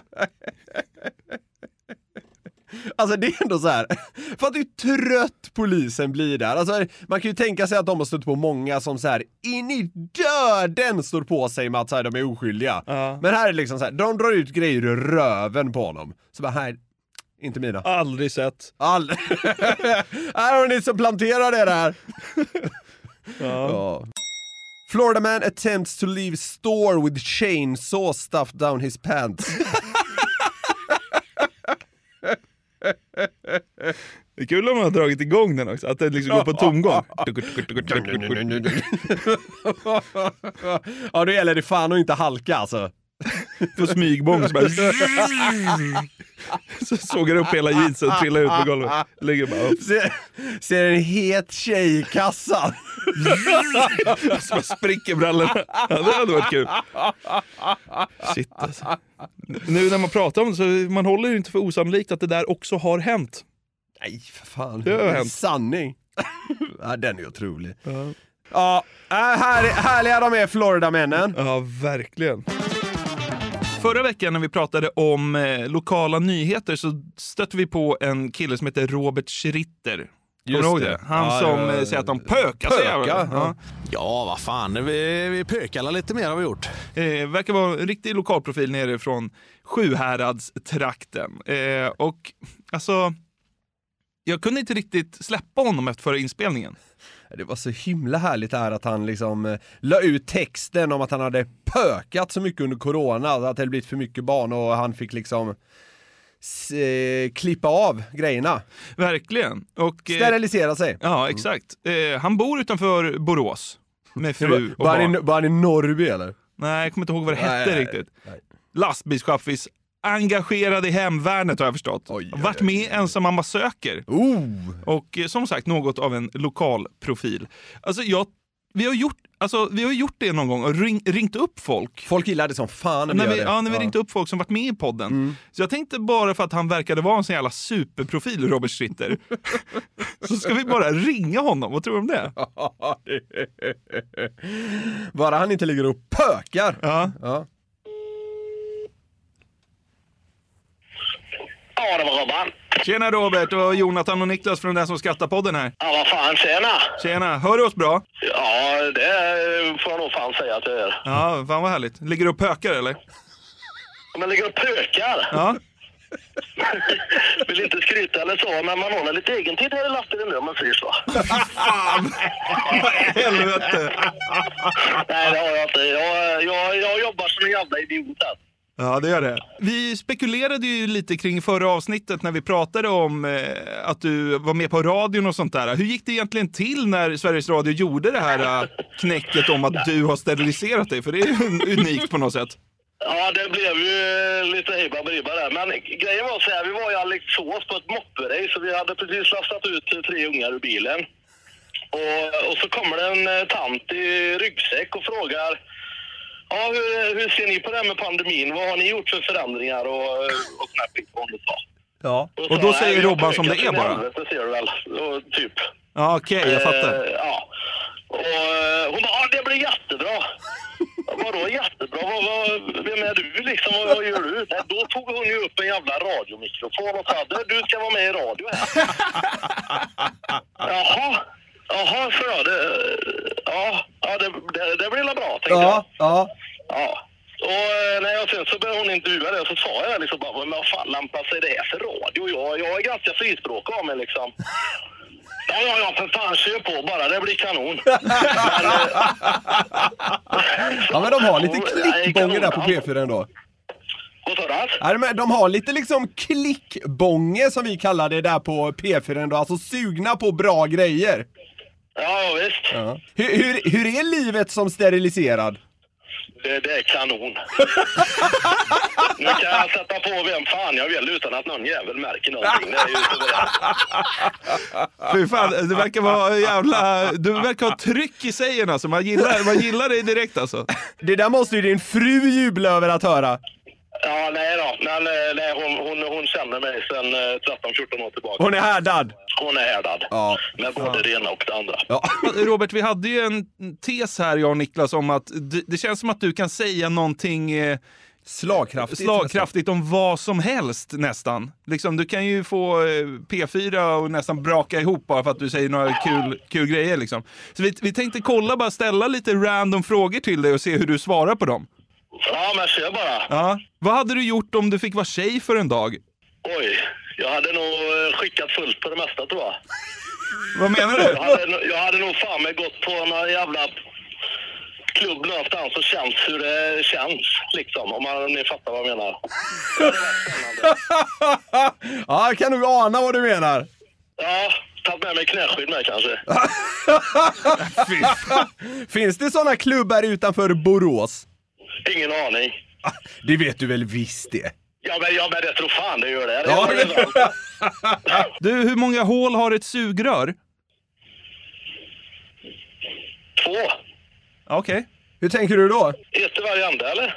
Alltså det är ändå så här. För att hur trött polisen blir där. Alltså man kan ju tänka sig att de har stött på många som så här in i döden står på sig med att så här, de är oskyldiga. Ja. Men här är det liksom så här, de drar ut grejer ur röven på honom. Så bara här, inte mina. Aldrig sett. Aldrig. Här har ni som planterar det där. Ja. Ja. Florida man attempts to leave store with chainsaw stuffed down his pants. Det är kul om man har dragit igång den också. Att den liksom går på tomgång. Ja, då gäller det fan att inte halka alltså. På smygbång så bara... Så sågar upp hela jeansen och trillar ut på golvet. Ligger bara upp. Ser, ser en het tjej i kassan. Så bara spricker brallorna. Ja, det hade varit kul. Shit alltså. Nu när man pratar om det så man håller ju inte för osannolikt att det där också har hänt. Nej, för fan. Det har hänt. Sanning. Ja, den är otrolig. Ja, ja här, härliga de är Florida-männen. Ja, verkligen. Förra veckan när vi pratade om eh, lokala nyheter så stötte vi på en kille som heter Robert Schritter. Kommer du ihåg det? Han ja, som ja, eh, säger att de pökar sig. Pöka, ja. Ja, vad fan. Vi, vi pökar lite mer har vi gjort. Eh, verkar vara en riktig lokalprofil nere från Sjuhäradstrakten. Eh, och alltså, jag kunde inte riktigt släppa honom efter förra inspelningen. Det var så himla härligt här att han liksom eh, la ut texten om att han hade pökat så mycket under corona, att det hade blivit för mycket barn och han fick liksom s- eh, klippa av grejerna. Verkligen. Och, eh, sterilisera sig. Ja, exakt. Eh, han bor utanför Borås med fru och var barn. han i, var han i Norrby eller? Nej, jag kommer inte ihåg vad det Nej, hette nej, riktigt. nej. Lastbilschaffis, engagerad i hemvärnet har jag förstått. Oj, oj, Varit oj. med ensam mamma söker. Oh. Och eh, som sagt, något av en lokal profil. Alltså jag, vi har gjort Alltså, vi har gjort det någon gång och ring, ringt upp folk. Folk gillade som fan när vi, när vi gör det. Ja, när vi ja. ringt upp folk som varit med i podden. Mm. Så jag tänkte bara för att han verkade vara en sån jävla superprofil, Robert Stritter. Så ska vi bara ringa honom. Vad tror du om det? Bara han inte ligger och pökar. Ja. Ja. Ja, det var Robban. Tjena Robert, och Jonathan och Niklas från Den som skrattar podden här. Ja, vad fan, tjena. Tjena, hör du oss bra? Ja, det får jag nog fan säga att det är. Ja, fan vad härligt. Ligger du och pökar eller? Men ligger och pökar? Ja. Vill inte skryta eller så, men man har lite egen tid här i lastbilen nu om man säger så. Fan! Vad helvete! Nej, det har jag inte. Jag, jag, jag jobbar som en jävla idiot här. Ja, det gör det. Vi spekulerade ju lite kring förra avsnittet när vi pratade om eh, att du var med på radion och sånt där. Hur gick det egentligen till när Sveriges Radio gjorde det här eh, knäcket om att du har steriliserat dig? För det är ju unikt på något sätt. Ja, det blev ju lite hejba-bribba där. Men grejen var så här, vi var ju Alingsås på ett mopperace så vi hade precis lastat ut tre ungar ur bilen. Och, och så kommer det en tant i ryggsäck och frågar: ja, hur, hur ser ni på det här med pandemin? Vad har ni gjort för förändringar och, och såna här skit, om du sa. Ja, och, och då så, säger Robban som det är bara. Det ser du väl, och, typ. Ja, okej, okay, jag fattar. Eh, ja. Och hon bara, ja, det blir jättebra. Vadå jättebra? Vad, vad, vem är du liksom? Vad, vad gör du? Nej, då tog hon ju upp en jävla radiomikrofon och sa, du ska vara med i radio här. Jaha. Jaha, så ja, det, ja, ja det, det, det blir bra, tänkte ja, jag. Ja, ja. Och när jag sen så började hon intervjua det, så sa jag liksom bara, men vad fan lämpar sig det här för radio? Jag, jag är ganska frispråkig av mig liksom. Ja, ja, ja, för fan, kör på bara, det blir kanon. Men, ja, men de har lite klickbånge där på P fyra ändå. Vad sa du? Ja, men de har lite liksom klickbånge som vi kallar det där på P fyra ändå, alltså sugna på bra grejer. Ja, ja visst. Ja. Hur, hur, hur är livet som steriliserad? Det, det är kanon. Nu kan jag sätta på vem fan jag vill utan att någon jävel märker någonting. Det är ju så. Fy fan, det verkar vara jävla... Du verkar ha tryck i sägen alltså. Man gillar, man gillar det direkt alltså. Det där måste ju din fru jubla över att höra. Ja, nej då. Men nej, hon, hon, hon känner mig sedan tretton fjorton år tillbaka. Hon är härdad. Hon är härdad. Ja. Med både ja. det ena och det andra. Ja. Robert, vi hade ju en tes här, jag och Niklas, om att det, det känns som att du kan säga någonting eh, slagkraftigt, slagkraftigt om vad som helst nästan. Liksom, du kan ju få eh, P fyra och nästan braka ihop bara för att du säger några kul, kul grejer liksom. Så vi, vi tänkte kolla, bara ställa lite random frågor till dig och se hur du svarar på dem. Ja, men kör bara. Ja. Vad hade du gjort om du fick vara tjej för en dag? Oj, jag hade nog skickat fullt på det mesta, tror jag. Vad menar du? Jag hade, jag hade nog fan med gått på en jävla klubb någonstans och känns hur det känns, liksom. Om, man, om ni fattar vad jag menar. Ja, jag kan nog ana vad du menar. Ja, tagit med mig knäskydd med kanske. Finns det sådana klubbar utanför Borås? Ingen aning. Det vet du väl visst det. Ja, men, ja, men det tror fan det gör det. det, ja, det du, hur många hål har ett sugrör? Två. Okej. Okay. Hur tänker du då? Ett i varje ände, eller?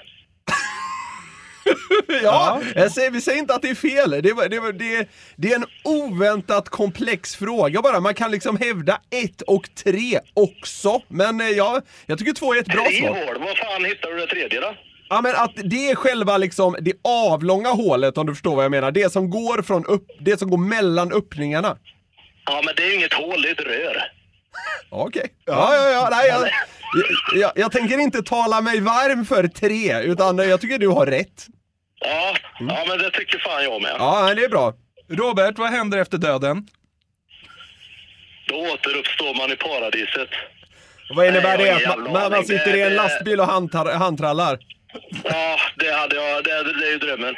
Ja, jag säger, vi säger inte att det är fel. Det, det, det, det är en oväntat komplex fråga bara. Man kan liksom hävda ett och tre också. Men ja, jag tycker två är ett bra svar. Tre hål, vad fan hittar du det tredje då? Ja, men att det är själva liksom det avlånga hålet, om du förstår vad jag menar. Det som går från upp, det som går mellan öppningarna. Ja, men det är inget hål, det är ett rör. Okej. Okay. Ja, ja, ja. Nej, jag, jag, jag tänker inte tala mig varm för tre, utan jag tycker du har rätt. Ja, mm. ja men det tycker fan jag med. Ja, det är bra. Robert, vad händer efter döden? Då återuppstår man i paradiset. Och vad innebär Nej, det? Man, man, man sitter det, i en lastbil och handtar, handtrallar. Ja, det hade jag. Det, det, det är ju drömmen.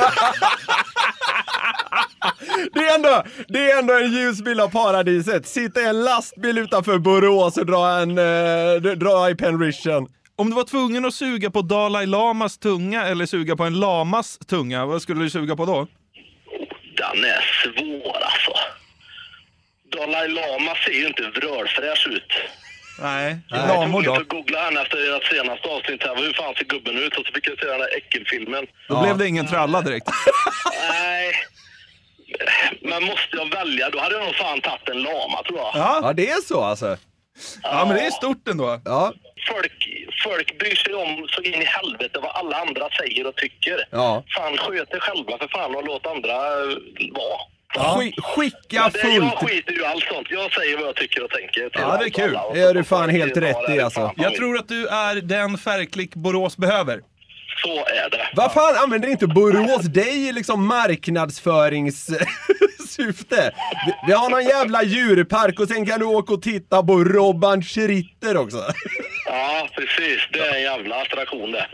det, är ändå, det är ändå en ljusbild av paradiset. Sitta i en lastbil utanför Borås och dra, en, eh, dra i penrichen. Om du var tvungen att suga på Dalai Lamas tunga eller suga på en lamas tunga, vad skulle du suga på då? Den är svår alltså. Dalai Lama ser ju inte vrölfräsch ut. Nej, Jag lamor tog då. att googla här efter ert senaste avsnitt här. Hur fan ser gubben ut? Och så fick jag se den där äckelfilmen. Då blev det ingen tralla direkt. Nej. Men måste jag välja, då hade jag nog fan tagit en lama, tror jag. Ja, ja det är så alltså. Ja, men det är stort ändå. Ja. Folk, folk bryr sig om så in i helvete vad alla andra säger och tycker. Ja. Fan, sköt er själva för fan och låt andra vara. Ja. Sk- skicka det, fullt. Jag skiter ju allt sånt. Jag säger vad jag tycker och tänker. Ja, det är kul. Det är du fan helt rätt i alltså. Jag tror att du är den färgklick Borås behöver. Så är det. Vad fan använder inte Borås dig i liksom marknadsföringssyfte? Vi, vi har någon jävla djurpark och sen kan du åka och titta på Robban Schritter också. Ja, precis. Det är en jävla attraktion det.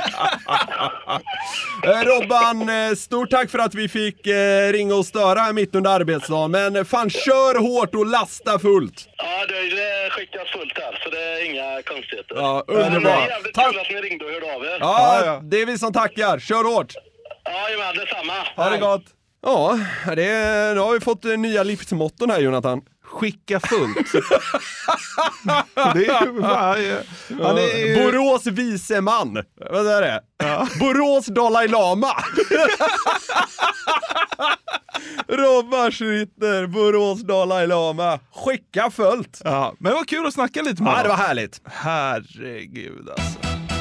Robban, stort tack för att vi fick eh, ringa och störa här mitt under arbetsdagen. Men fan, kör hårt och lasta fullt. Ja, det, det skickas fullt här, så det är inga konstigheter. Ja, Men det underbart. är jävligt kul att ni ringde och hörde av er. Ja, ja, det är vi som tackar. Kör hårt. Ja, jajamän, detsamma. Ha det gott. Ja, det är, nu har vi fått nya livsmotton här, Jonathan. Skicka fullt. Det är ju fan, ja. Han är ju... Borås vice man. Vad är det? Ja. Borås Dalai Lama. Robban Schritter, Borås Dalai Lama. Skicka fullt. Ja, men det var kul att snacka lite med Ja, det var härligt. Herregud alltså.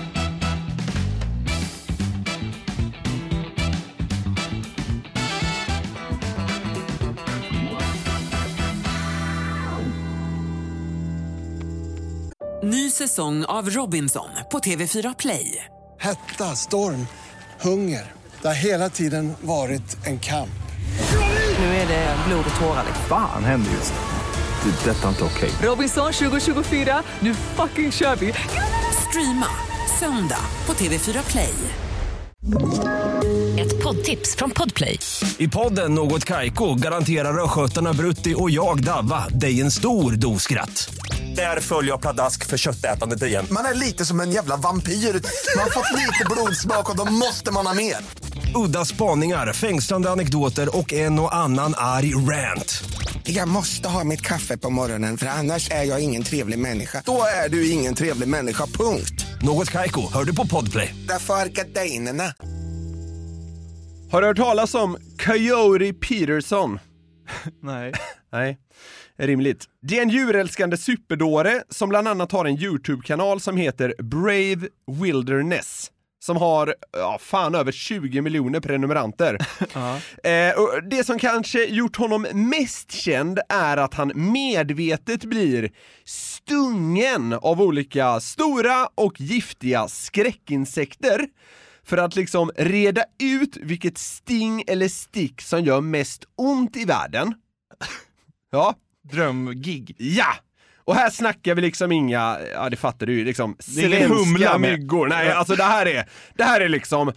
Ny säsong av Robinson på T V fyra Play. Hetta, storm, hunger. Det har hela tiden varit en kamp. Nu är det blod och tårar. Fan händer just det. Det är detta inte okej. Robinson tjugo tjugofyra, nu fucking kör vi. Streama söndag på T V fyra Play. Ett poddtips från Podplay. I podden Något Kaiko garanterar röskötarna Brutti och jag Davva dig en stor doskratt. Där följer jag pladask för köttätandet igen. Man är lite som en jävla vampyr. Man har fått lite blodsmak och då måste man ha mer. Udda spaningar, fängslande anekdoter och en och annan arg rant. Jag måste ha mitt kaffe på morgonen för annars är jag ingen trevlig människa. Då är du ingen trevlig människa, punkt. Något Kaiko, hör du på Podplay. Därför är gardinerna. Har du hört talas om Coyote Peterson? Nej. Nej, rimligt. Det är en djurälskande superdåre som bland annat har en YouTube-kanal som heter Brave Wilderness. Som har, ja, fan över tjugo miljoner prenumeranter. Uh-huh. eh, och det som kanske gjort honom mest känd är att han medvetet blir stungen av olika stora och giftiga skräckinsekter. För att liksom reda ut vilket sting eller stick som gör mest ont i världen. Ja. Drömgig. Ja! Och här snackar vi liksom inga, ja det fattar du ju, liksom svenska myggor. Nej, alltså det här är, det här är liksom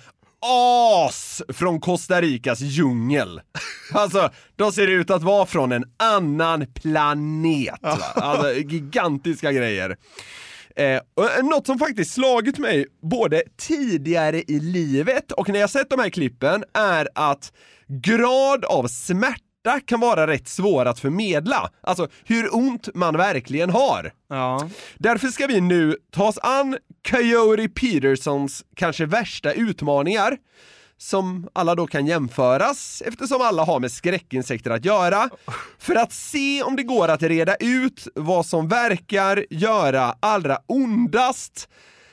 as från Costa Ricas djungel. Alltså, de ser ut att vara från en annan planet. Va? Alltså, gigantiska grejer. Eh, och något som faktiskt slagit mig både tidigare i livet och när jag sett de här klippen är att grad av smärta kan vara rätt svår att förmedla. Alltså hur ont man verkligen har. Ja. Därför ska vi nu ta oss an Coyote Petersons kanske värsta utmaningar som alla då kan jämföras eftersom alla har med skräckinsekter att göra för att se om det går att reda ut vad som verkar göra allra ondast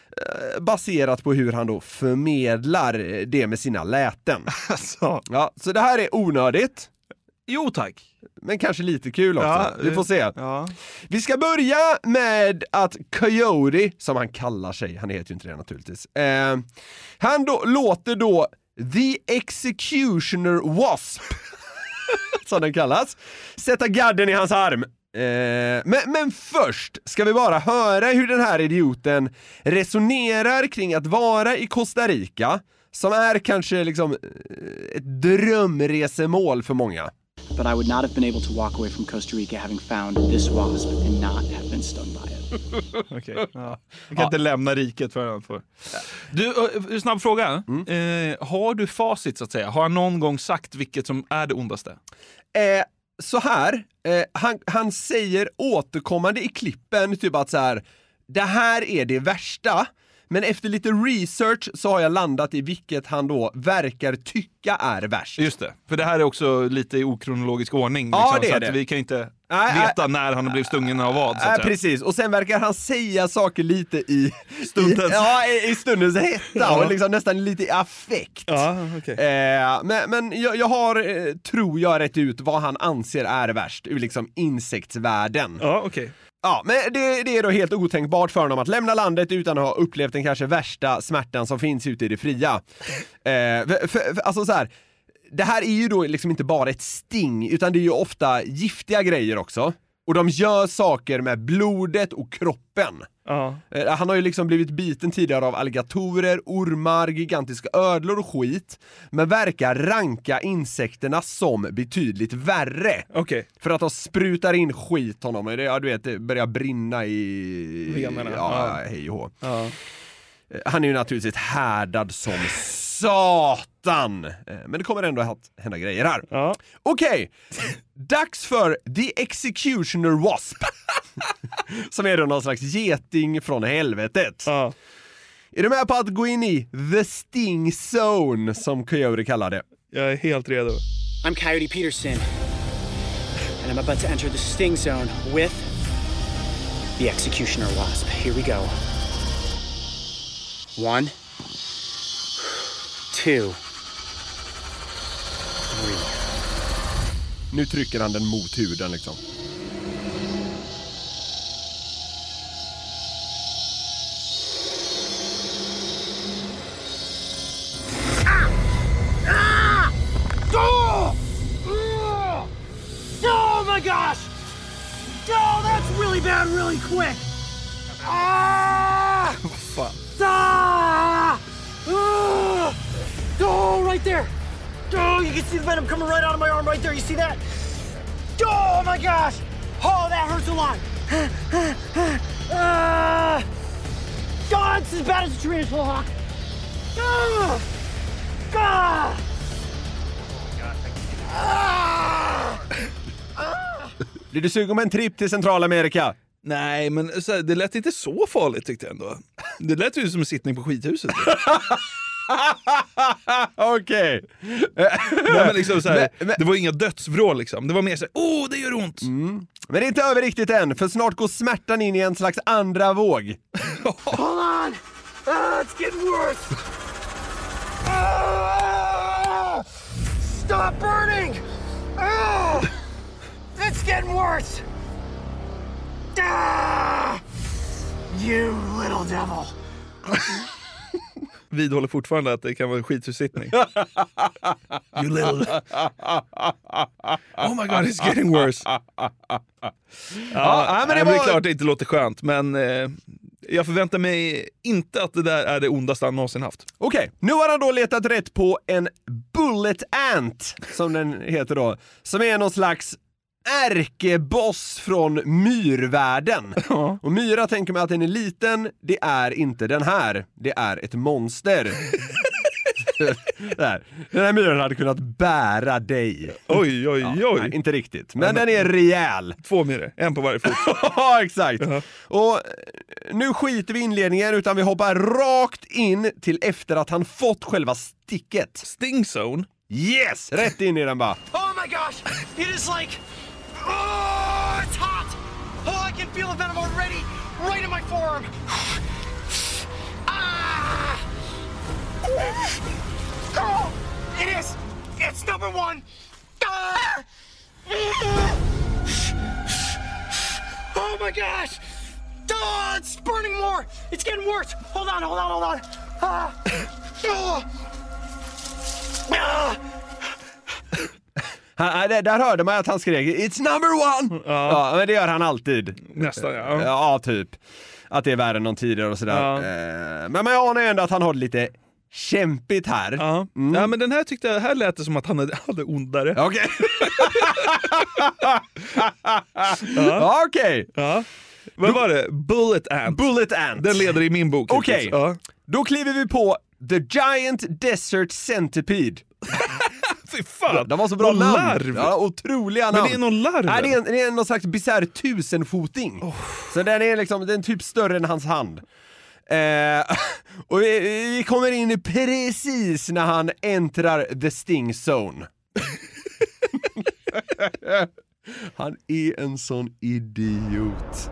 baserat på hur han då förmedlar det med sina läten. Alltså. Ja, så det här är onödigt. Jo tack. Men kanske lite kul också. Ja, vi får se. Ja. Vi ska börja med att Coyote, som han kallar sig, han heter ju inte det naturligtvis. Eh, han då, låter då The Executioner Wasp, som den kallas, sätta gadden i hans arm. Eh, men, men först ska vi bara höra hur den här idioten resonerar kring att vara i Costa Rica, som är kanske liksom ett drömresemål för många. But I would not have been able to walk away from Costa Rica having found this wasp and not have been stung by it. Okej, okay. Ja. Jag kan ja. inte lämna riket för han får. Du, snabb fråga. Mm. Eh, har du facit så att säga? Har han någon gång sagt vilket som är det ondaste? Eh, så här, eh, han, han säger återkommande i klippen typ att så här, det här är det värsta. Men efter lite research så har jag landat i vilket han då verkar tycka är värst. Just det, för det här är också lite i okronologisk ordning. Liksom, Ja, det är så att det. vi kan inte Nej, veta nej. när han har blivit stungen av vad. Så att Ja, säga. precis. Och sen verkar han säga saker lite i Stundens. i, ja, i, i stundens hetta Ja. och liksom nästan lite i affekt. Ja, okay. eh, men men jag, jag har, eh, tror jag, rätt ut vad han anser är värst ur liksom insektsvärlden. Ja, okej. Okay. Ja, men det, det är då helt otänkbart för honom att lämna landet utan att ha upplevt den kanske värsta smärtan som finns ute i det fria. Eh, för, för, för, alltså så här, det här är ju då liksom inte bara ett sting, utan det är ju ofta giftiga grejer också. Och de gör saker med blodet och kroppen. Ja. Eh, han har ju liksom blivit biten tidigare av alligatorer, ormar, gigantiska ödlor och skit. Men verkar ranka insekterna som betydligt värre. Okay. För att de sprutar in skit honom. Det, ja, du vet, det börjar brinna i... Venerna. Ja, Ja. hej och hå. Ja. Han är ju naturligtvis härdad som satan. Men det kommer ändå att hända grejer här. Ja. Okej, dags för The Executioner Wasp. Som är då någon slags geting från helvetet. Ja. Är du med på att gå in i The Sting Zone, som Coyote kallar det? Jag är helt redo. I'm Coyote Peterson, and I'm about to enter the Sting Zone with the Executioner Wasp. Here we go. One, two, three. Nu trycker han den mot huden liksom. Oh! Oh my gosh! Oh, that's really bad, really quick! Ah! Fan. Ah! Oh! Oh, right there! Oh, you can see the venom coming right out of my arm right there. You see that? Oh my gosh! Oh, that hurts a lot! Ah! Oh, it's as bad as a tarantula hawk! Ah! Ah! Blir du sugen med en trip till Centralamerika? Nej, men så här, det lät inte så farligt tyckte jag ändå. Det lät ju som en sittning på skithuset. Okej. Nej, men liksom så här, men, men, det var inga dödsvrål liksom. Det var mer så här, åh, det gör ont. Mm. Men det är inte över riktigt än, för snart går smärtan in i en slags andra våg. Hold on! Ah, it's getting worse! Ah! Stop burning! Ah! It's getting worse! Ah! You little devil! Vidhåller fortfarande att det kan vara en skithussittning. You little... Oh my god, it's getting worse. Ja, ja, men det, nej, var... men det är klart det inte låter skönt, men eh, jag förväntar mig inte att det där är det ondaste han någonsin haft. Okej, okay. Nu har han då letat rätt på en bullet ant, som den heter då, som är någon slags ärkeboss från myrvärlden. Ja. Och myra tänker man att den är liten. Det är inte den här. Det är ett monster. Där. Den här myran hade kunnat bära dig. Oj, oj, oj. Ja, nej, inte riktigt. Men ja, den är rejäl. Två myror, en på varje fot. Ja, exakt. Uh-huh. Och nu skiter vi i inledningen, utan vi hoppar rakt in till efter att han fått själva sticket. Sting zone? Yes! Rätt in i den bara. Oh my gosh! It is like... Oh, it's hot! Oh, I can feel the venom already, right in my forearm. Ah! Oh, it is. It's number one. Ah! Oh my gosh! Oh, it's burning more. It's getting worse. Hold on, hold on, hold on. Ah! Oh! Ah! Han, där hörde man att han skrek It's number one! Ja. Ja, men det gör han alltid. Nästan, ja. Ja, typ. Att det är värre än någon tidigare och sådär. Ja. Men man anar ju ändå att han har det lite kämpigt här. Ja, mm. Ja, men den här tyckte jag, här lät det som att han hade, hade ondare. Okej. Ja, okej. Ja. Vad var det? Bullet Ant. Bullet Ant. Den leder i min bok. Okej, ja. Då kliver vi på The Giant Desert Centipede. Fy fan. De var så bra någon namn. Larv. Ja, otroliga namn. Men det är någon larv. Nej, det är, en, det är någon slags bisarr tusenfoting. Oh. Så den är liksom, den är typ större än hans hand. Eh, och vi, vi kommer in precis när han entrar the sting zone. Han är en sån idiot.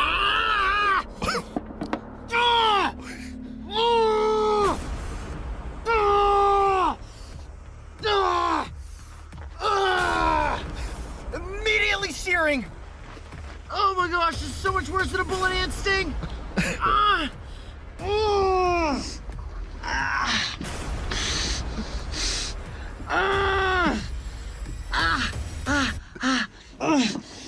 Immediately searing. Oh my gosh, it's so much worse than a bullet ant sting. Ah. Oh. Ah. Ah. Ah. Ah. Ah.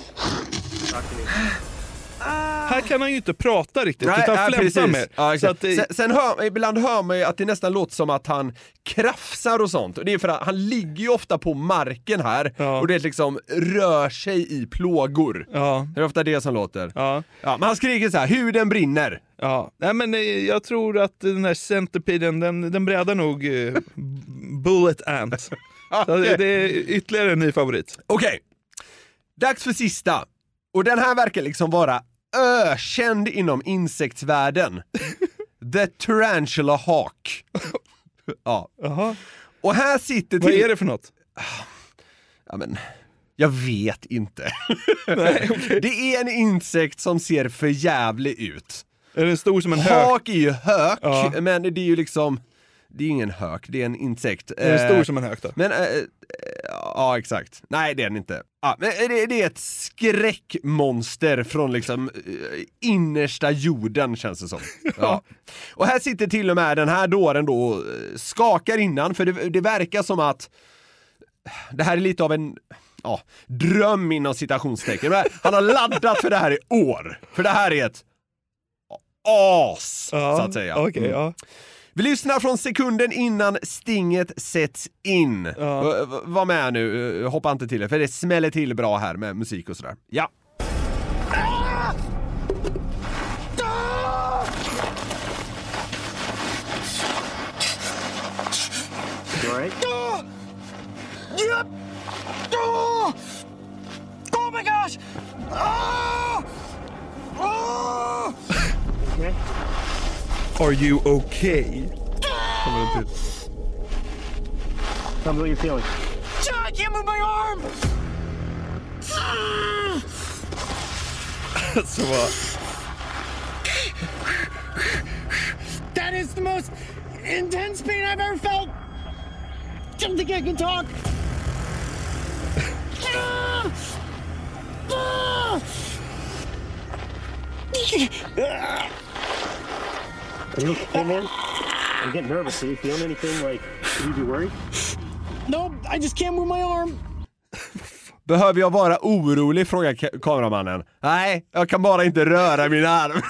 Här kan han ju inte prata riktigt, Nej, utan nej, flämtar precis. med. Ja, så att det... sen, sen hör, ibland hör man ju att det nästan låter som att han krafsar och sånt. Och det är för att han ligger ju ofta på marken här. Ja. Och det liksom rör sig i plågor. Ja. Det är ofta det som låter. Ja. Ja, men han skriker så här, huden brinner. Ja, nej, men jag tror att den här centipeden, den, den brädar nog uh, Bullet Ant. Okay. det, det är ytterligare en ny favorit. Okej, okay. Dags för sista. Och den här verkar liksom vara ökänd inom insektsvärlden. The Tarantula Hawk. Ja. Aha. Och här sitter till... Vad är det för något? Ja, men... Jag vet inte. Nej, okay. Det är en insekt som ser för jävlig ut. Är den stor som en hök? Hak är ju hök, ja. Men det är ju liksom... Det är ingen hök, det är en insekt. Är den stor som en hök då? Men, äh, ja, exakt. Nej, det är den inte. Ja, men det, det är ett skräckmonster från liksom innersta jorden, känns det som. Ja. Och här sitter till och med den här dåren då och skakar innan, för det, det verkar som att det här är lite av en... Ja, dröm inom citationstecken. Han har laddat för det här i år. För det här är ett as, ja, så att säga. Okej, okay, ja. Vi lyssnar från sekunden innan stinget sätts in. Ja. Var med nu, hoppa inte till det, för det smäller till bra här med musik och sådär. Ja. You all right? Yep. Oh my gosh! Oh! Oh! Okay. Are you okay? Tell me what you're feeling. I can't move my arm! Så vad? That is the most intense pain I've ever felt! I don't think I can talk! Are you okay, man? I'm getting nervous. Are you feeling anything? Like, should you be worried? No, I just can't move my arm. Behöver jag vara orolig, frågar ka- kameramannen. Nej, jag kan bara inte röra min arm.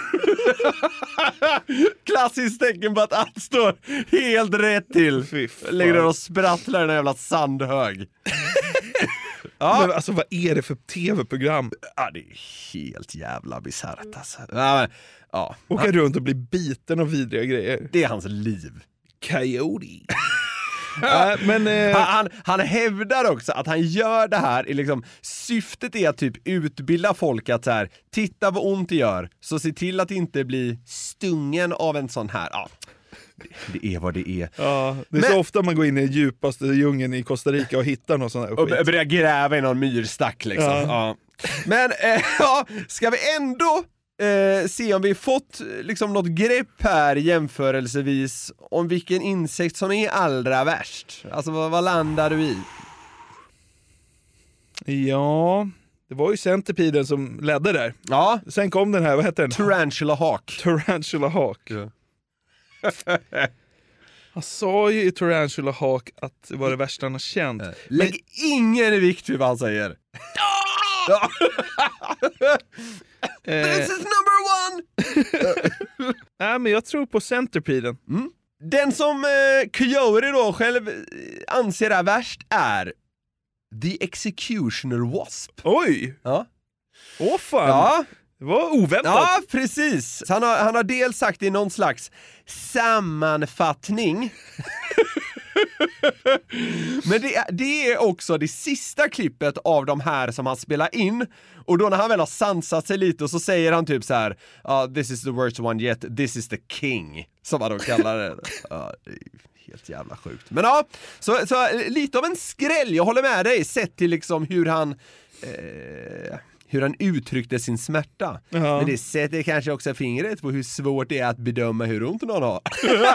Klassiskt tecken på att allt står helt rätt till. Ligger där och sprattlar den här jävla sandhög. Ja. Men alltså, vad är det för tv-program? Ja, det är helt jävla bisarrt alltså. Ja, men, ja. Åka han... runt och bli biten av vidriga grejer. Det är hans liv. Coyote. Ja, men, eh... han, han, han hävdar också att han gör det här i liksom, syftet är att typ utbilda folk att så här, titta vad ont det gör, så se till att inte bli stungen av en sån här. Ja, det, det är vad det är. Ja, det är men... så ofta man går in i djupaste djungeln i Costa Rica och hittar någon sån här och skit. Börjar gräva i någon myrstack liksom. Ja. Ja. Men eh, ja, ska vi ändå Eh, se om vi fått liksom något grepp här jämförelsevis om vilken insekt som är allra värst. Alltså vad, vad landar du i? Ja, det var ju centipeden som ledde där. Ja. Sen kom den här, vad heter den? Tarantula Hawk. Tarantula Hawk. Ja. Han sa ju i Tarantula Hawk att det var det värsta han har känt. Lägg Men... ingen vikt vid vad han säger. Ja. This is number one! Nej, men jag tror på centipeden. Mm. Den som eh, Coyote då själv anser är värst är The Executioner Wasp. Oj! Ja. Åh fan! Ja. Det var oväntat. Ja, precis. Han har, han har dels sagt i någon slags sammanfattning Men det, det är också det sista klippet av de här som han spelar in. Och då när han väl har sansat sig lite och så säger han typ så här: uh, this is the worst one yet, this is the king. Som man då kallar det. Uh, helt jävla sjukt. Men ja, så, så lite av en skräll, jag håller med dig, sett till liksom hur han... Eh, hur han uttryckte sin smärta. Ja. Men det sätter kanske också fingret på hur svårt det är att bedöma hur ont någon har.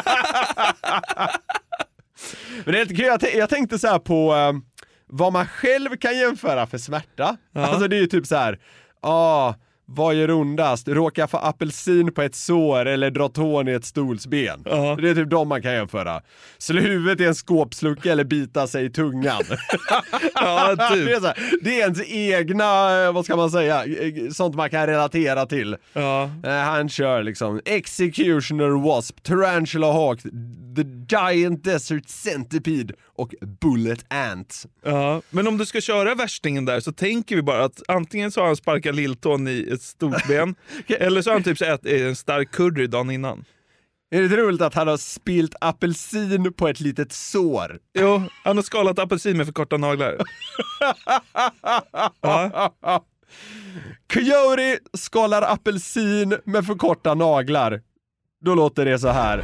Men det är kul. Jag, t- jag tänkte så här på uh, vad man själv kan jämföra för smärta. Ja. Alltså det är ju typ så här: ah, vad gör ondast? Råka få apelsin på ett sår eller dra tån i ett stolsben. Ja. Det är typ de man kan jämföra. Slå huvudet i en skåpslucka eller bita sig i tungan. Ja, typ. Det är så här, det är ens egna, vad ska man säga, sånt man kan relatera till. Ja. Han kör liksom Executioner Wasp, Tarantula Hawk, The Giant Desert Centipede och Bullet Ant. Ja, men om du ska köra värstingen där så tänker vi bara att antingen så har han sparkat lilltån i ett stort ben eller så har han typ så ätit en stark curry dagen innan. Är det roligt att han har spilt apelsin på ett litet sår? Jo, han har skalat apelsin med för korta naglar. Ja. Coyote skalar apelsin med för korta naglar. Då låter det så här.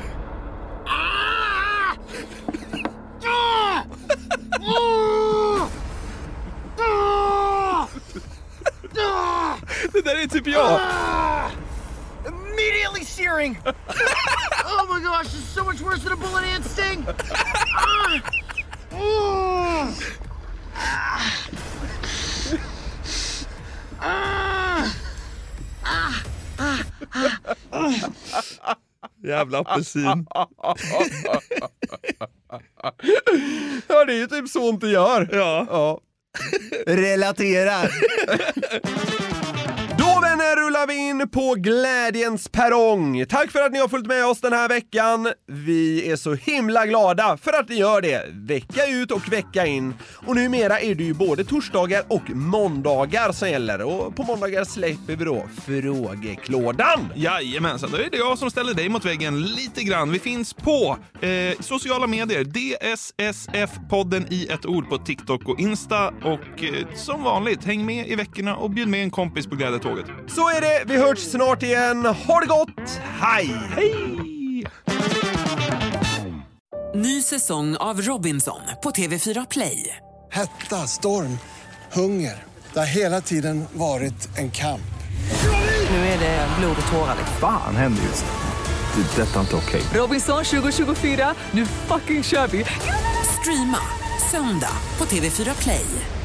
Det där är typ jag. Immediately searing. Oh my gosh, this is so much worse than a bullet ant sting. Ah. Ah. Ah. Ah. Ah. Jävla apelsin. Ja, det är ju typ så ont det gör. Ja. Ja. Relaterar. Då vänner rullar vi in på glädjens perrong. Tack för att ni har följt med oss den här veckan. Vi är så himla glada för att ni gör det vecka ut och vecka in. Och numera är det ju både torsdagar och måndagar som gäller. Och på måndagar släpper vi då frågeklådan. Jajamensan, då är det jag som ställer dig mot väggen lite grann. Vi finns på eh, sociala medier, D S S F-podden i ett ord på TikTok och Insta. Och eh, som vanligt, häng med i veckorna och bjud med en kompis på glädjetåget. Så är det, vi hörs snart igen. Ha det gott, hej! Hej! Ny säsong av Robinson på T V fyra Play. Hetta, storm, hunger. Det har hela tiden varit en kamp. Nu är det blod och tårar. Fan händer just det. Det är detta inte okej. Robinson tjugo tjugofyra, nu fucking kör vi. Streama söndag på T V fyra Play.